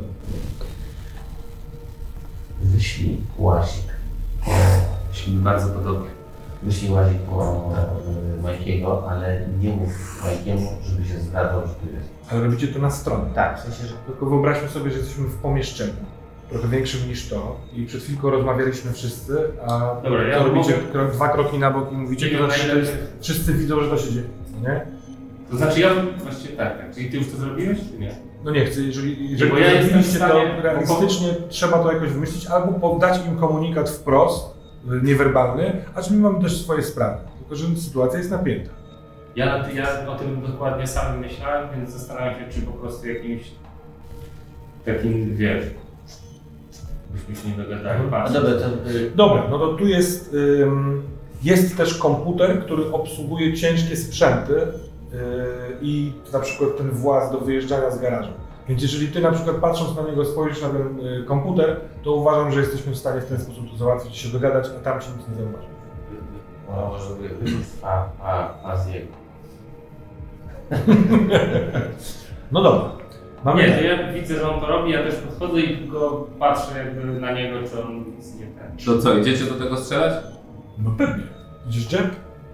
[SPEAKER 3] wyślij łazik.
[SPEAKER 4] Brzmi bardzo podobnie.
[SPEAKER 3] Wyślij łazik po e, Majkiego, ale nie mów Majkiemu, żeby się zgadzał, że tu jest.
[SPEAKER 1] Ale robicie to na stronę.
[SPEAKER 3] Tak, w sensie, że
[SPEAKER 1] Tylko wyobraźmy sobie, że jesteśmy w pomieszczeniu, trochę większym niż to i przed chwilką rozmawialiśmy wszyscy, a
[SPEAKER 2] Dobra, ja
[SPEAKER 1] to robicie
[SPEAKER 2] mogę-
[SPEAKER 1] krok, dwa kroki na bok i mówicie,
[SPEAKER 2] Nie
[SPEAKER 1] to
[SPEAKER 2] wiem,
[SPEAKER 1] znaczy,
[SPEAKER 2] na
[SPEAKER 1] że
[SPEAKER 2] ile-
[SPEAKER 1] jest, wszyscy widzą, że to się dzieje, no nie?
[SPEAKER 2] To znaczy ja właściwie tak, tak. Czyli ty już to zrobiłeś, czy nie?
[SPEAKER 1] No nie chcę, jeżeli, jeżeli
[SPEAKER 2] bo ja jestem
[SPEAKER 1] zrobiliście
[SPEAKER 2] w stanie-
[SPEAKER 1] to realistycznie, trzeba to jakoś wymyślić, albo poddać im komunikat wprost, y, niewerbalny, acz my mamy też swoje sprawy, tylko że sytuacja jest napięta.
[SPEAKER 2] Ja, na ty- ja o tym dokładnie sam myślałem, więc zastanawiam się, czy po prostu jakimś takim, wiesz, byśmy się nie dogadali.
[SPEAKER 3] a
[SPEAKER 2] Patrz.
[SPEAKER 3] dobra, to y,
[SPEAKER 1] Dobra, no to tu jest, ym, jest też komputer, który obsługuje ciężkie sprzęty yy, i na przykład ten właz do wyjeżdżania z garażu. Więc jeżeli ty na przykład patrząc na niego spojrzysz na ten y, komputer, to uważam, że jesteśmy w stanie w ten sposób to załatwić i się dogadać, a tam się nic nie zauważy.
[SPEAKER 3] no, może sobie wyrzuć a, a, a z jego.
[SPEAKER 1] No dobra. Mamy
[SPEAKER 2] Nie,
[SPEAKER 1] tak.
[SPEAKER 2] to ja widzę, że on to robi, ja też podchodzę i go patrzę jakby na niego, czy on nic nie ten.
[SPEAKER 4] To co, idziecie do tego strzelać?
[SPEAKER 1] No pewnie. Idziesz Jeb?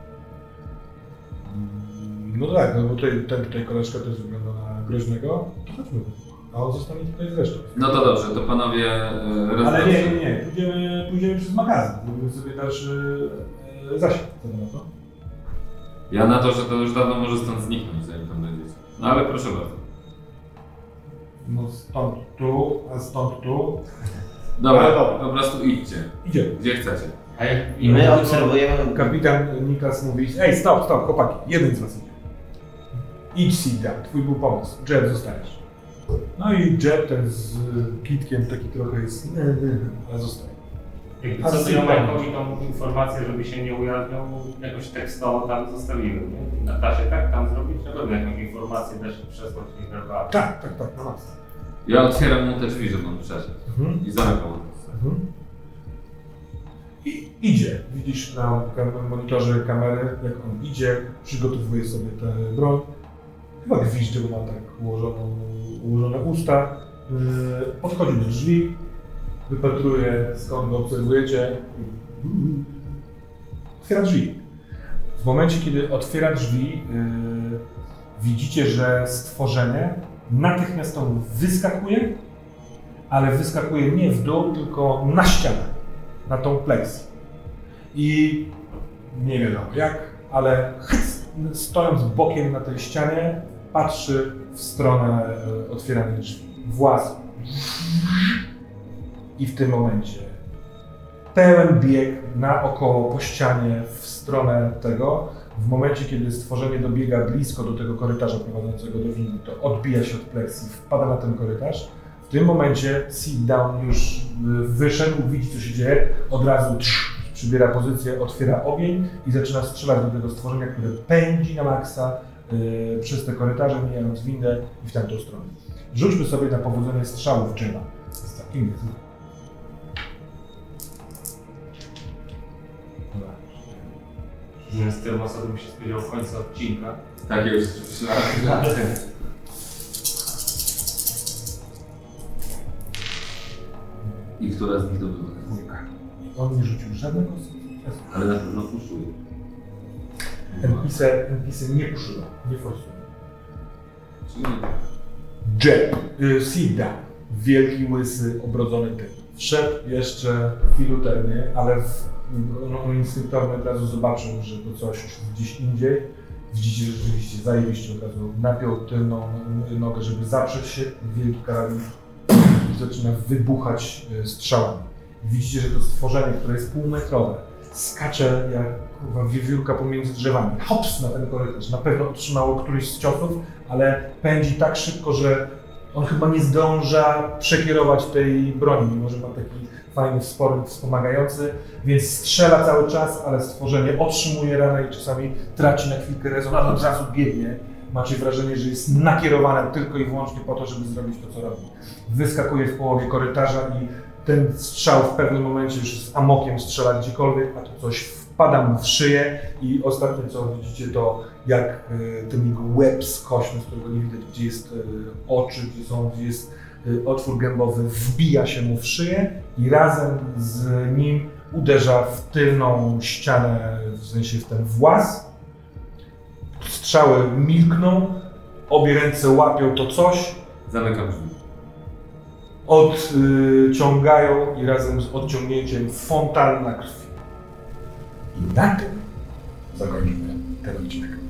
[SPEAKER 1] No tak, no bo tutaj, ten tutaj koleżka też wygląda na groźnego, to chodźmy. A on zostanie tutaj z resztą.
[SPEAKER 4] No to dobrze, to panowie yy,
[SPEAKER 1] Ale nie, nie, nie, pójdziemy, pójdziemy przez magazyn, zrobimy sobie dalszy e, zasięg. Co na to?
[SPEAKER 4] Ja na to, że to już dawno może stąd zniknąć, zanim tam będziecie. No ale proszę bardzo.
[SPEAKER 1] No stąd tu, a stąd tu.
[SPEAKER 4] Dobra,
[SPEAKER 1] Ale dobra.
[SPEAKER 4] po prostu idźcie.
[SPEAKER 1] Idziemy.
[SPEAKER 4] Gdzie chcecie.
[SPEAKER 2] A jak,
[SPEAKER 3] I my obserwujemy...
[SPEAKER 1] Kapitan Niklas mówi, ej stop, stop, chłopaki, jeden z was idzie. Idź Seed, twój był pomysł, Jeb zostajesz. No i Jeb ten z kitkiem taki trochę jest, ale zostaje.
[SPEAKER 2] jakby
[SPEAKER 1] A
[SPEAKER 2] co to ja
[SPEAKER 1] super.
[SPEAKER 2] mam chodzi tą informację, żeby się nie ujawniał, jakoś tekstowo tam zostawiłem, nie? Na tasie tak tam zrobić, na pewno jakąś informację da się przesłać niewerbalnie.
[SPEAKER 1] Tak, tak, tak, na nas.
[SPEAKER 4] Ja otwieram mu te drzwi, żeby on przeszedł.
[SPEAKER 1] Mhm.
[SPEAKER 4] I zamykam.
[SPEAKER 1] Mhm. I idzie. Widzisz na kam- monitorze kamery, jak on idzie, przygotowuje sobie tę broń. Chyba gwizdże, bo ma tak ułożoną, ułożone usta. Yy, podchodzi do drzwi, wypatruje, skąd go obserwujecie. Otwiera drzwi. W momencie, kiedy otwiera drzwi, yy, widzicie, że stworzenie natychmiast on wyskakuje, ale wyskakuje nie w dół, tylko na ścianę, na tą plexi. I nie wiadomo jak, ale stojąc bokiem na tej ścianie, patrzy w stronę e, otwieranych drzwi. Włas. I w tym momencie pełen bieg naokoło po ścianie w stronę tego. W momencie, kiedy stworzenie dobiega blisko do tego korytarza prowadzącego do windy, to odbija się od plexi, wpada na ten korytarz. W tym momencie Seed Down już wyszedł, widzi co się dzieje, od razu trz, przybiera pozycję, otwiera ogień i zaczyna strzelać do tego stworzenia, które pędzi na maksa yy, przez te korytarze, mijając windę i w tamtą stronę. Rzućmy sobie na powodzenie strzałów Jeba. Z takim jest.
[SPEAKER 2] Z tym osobą się spodziewał w końcu odcinka.
[SPEAKER 4] Tak, ja już myślałem. I która z nich to była?
[SPEAKER 1] Dwójka. On nie rzucił żadnego sukcesu.
[SPEAKER 4] Ale na pewno puszuje.
[SPEAKER 1] N P C, N P C nie puszyła, nie forsuje.
[SPEAKER 4] Czyli nie tak.
[SPEAKER 1] Jeb, y, Seed Down, wielki, łysy, obrodzony typ. Wszedł jeszcze filuternie, ale w, no, instynktownie od razu zobaczył, że to coś gdzieś indziej. Widzicie, że rzeczywiście zajebiście od razu napiął tylną nogę, żeby zaprzeć się. Wielki karabin zaczyna wybuchać y, strzałami. Widzicie, że to stworzenie, które jest półmetrowe, skacze jak kurwa wiewiórka pomiędzy drzewami. Hops na ten korytarz. Na pewno otrzymało któryś z ciosów, ale pędzi tak szybko, że on chyba nie zdąża przekierować tej broni, mimo że ma taki fajny wspornik wspomagający, więc strzela cały czas, ale stworzenie otrzymuje ranę i czasami traci na chwilkę rezonans, od razu biegnie. Macie wrażenie, że jest nakierowane tylko i wyłącznie po to, żeby zrobić to, co robi. Wyskakuje w połowie korytarza i ten strzał w pewnym momencie już z amokiem strzela gdziekolwiek, a to coś wpada mu w szyję i ostatnie co widzicie to jak y, ten jego łeb skośny, z którego nie widać gdzie jest y, oczy, gdzie są, gdzie jest y, otwór gębowy, wbija się mu w szyję i razem z nim uderza w tylną ścianę, w sensie w ten włas. Strzały milkną, obie ręce łapią to coś,
[SPEAKER 4] Zamykam drzwi.
[SPEAKER 1] odciągają i razem z odciągnięciem fontanna krwi. I na tym zakończymy ten odcinek.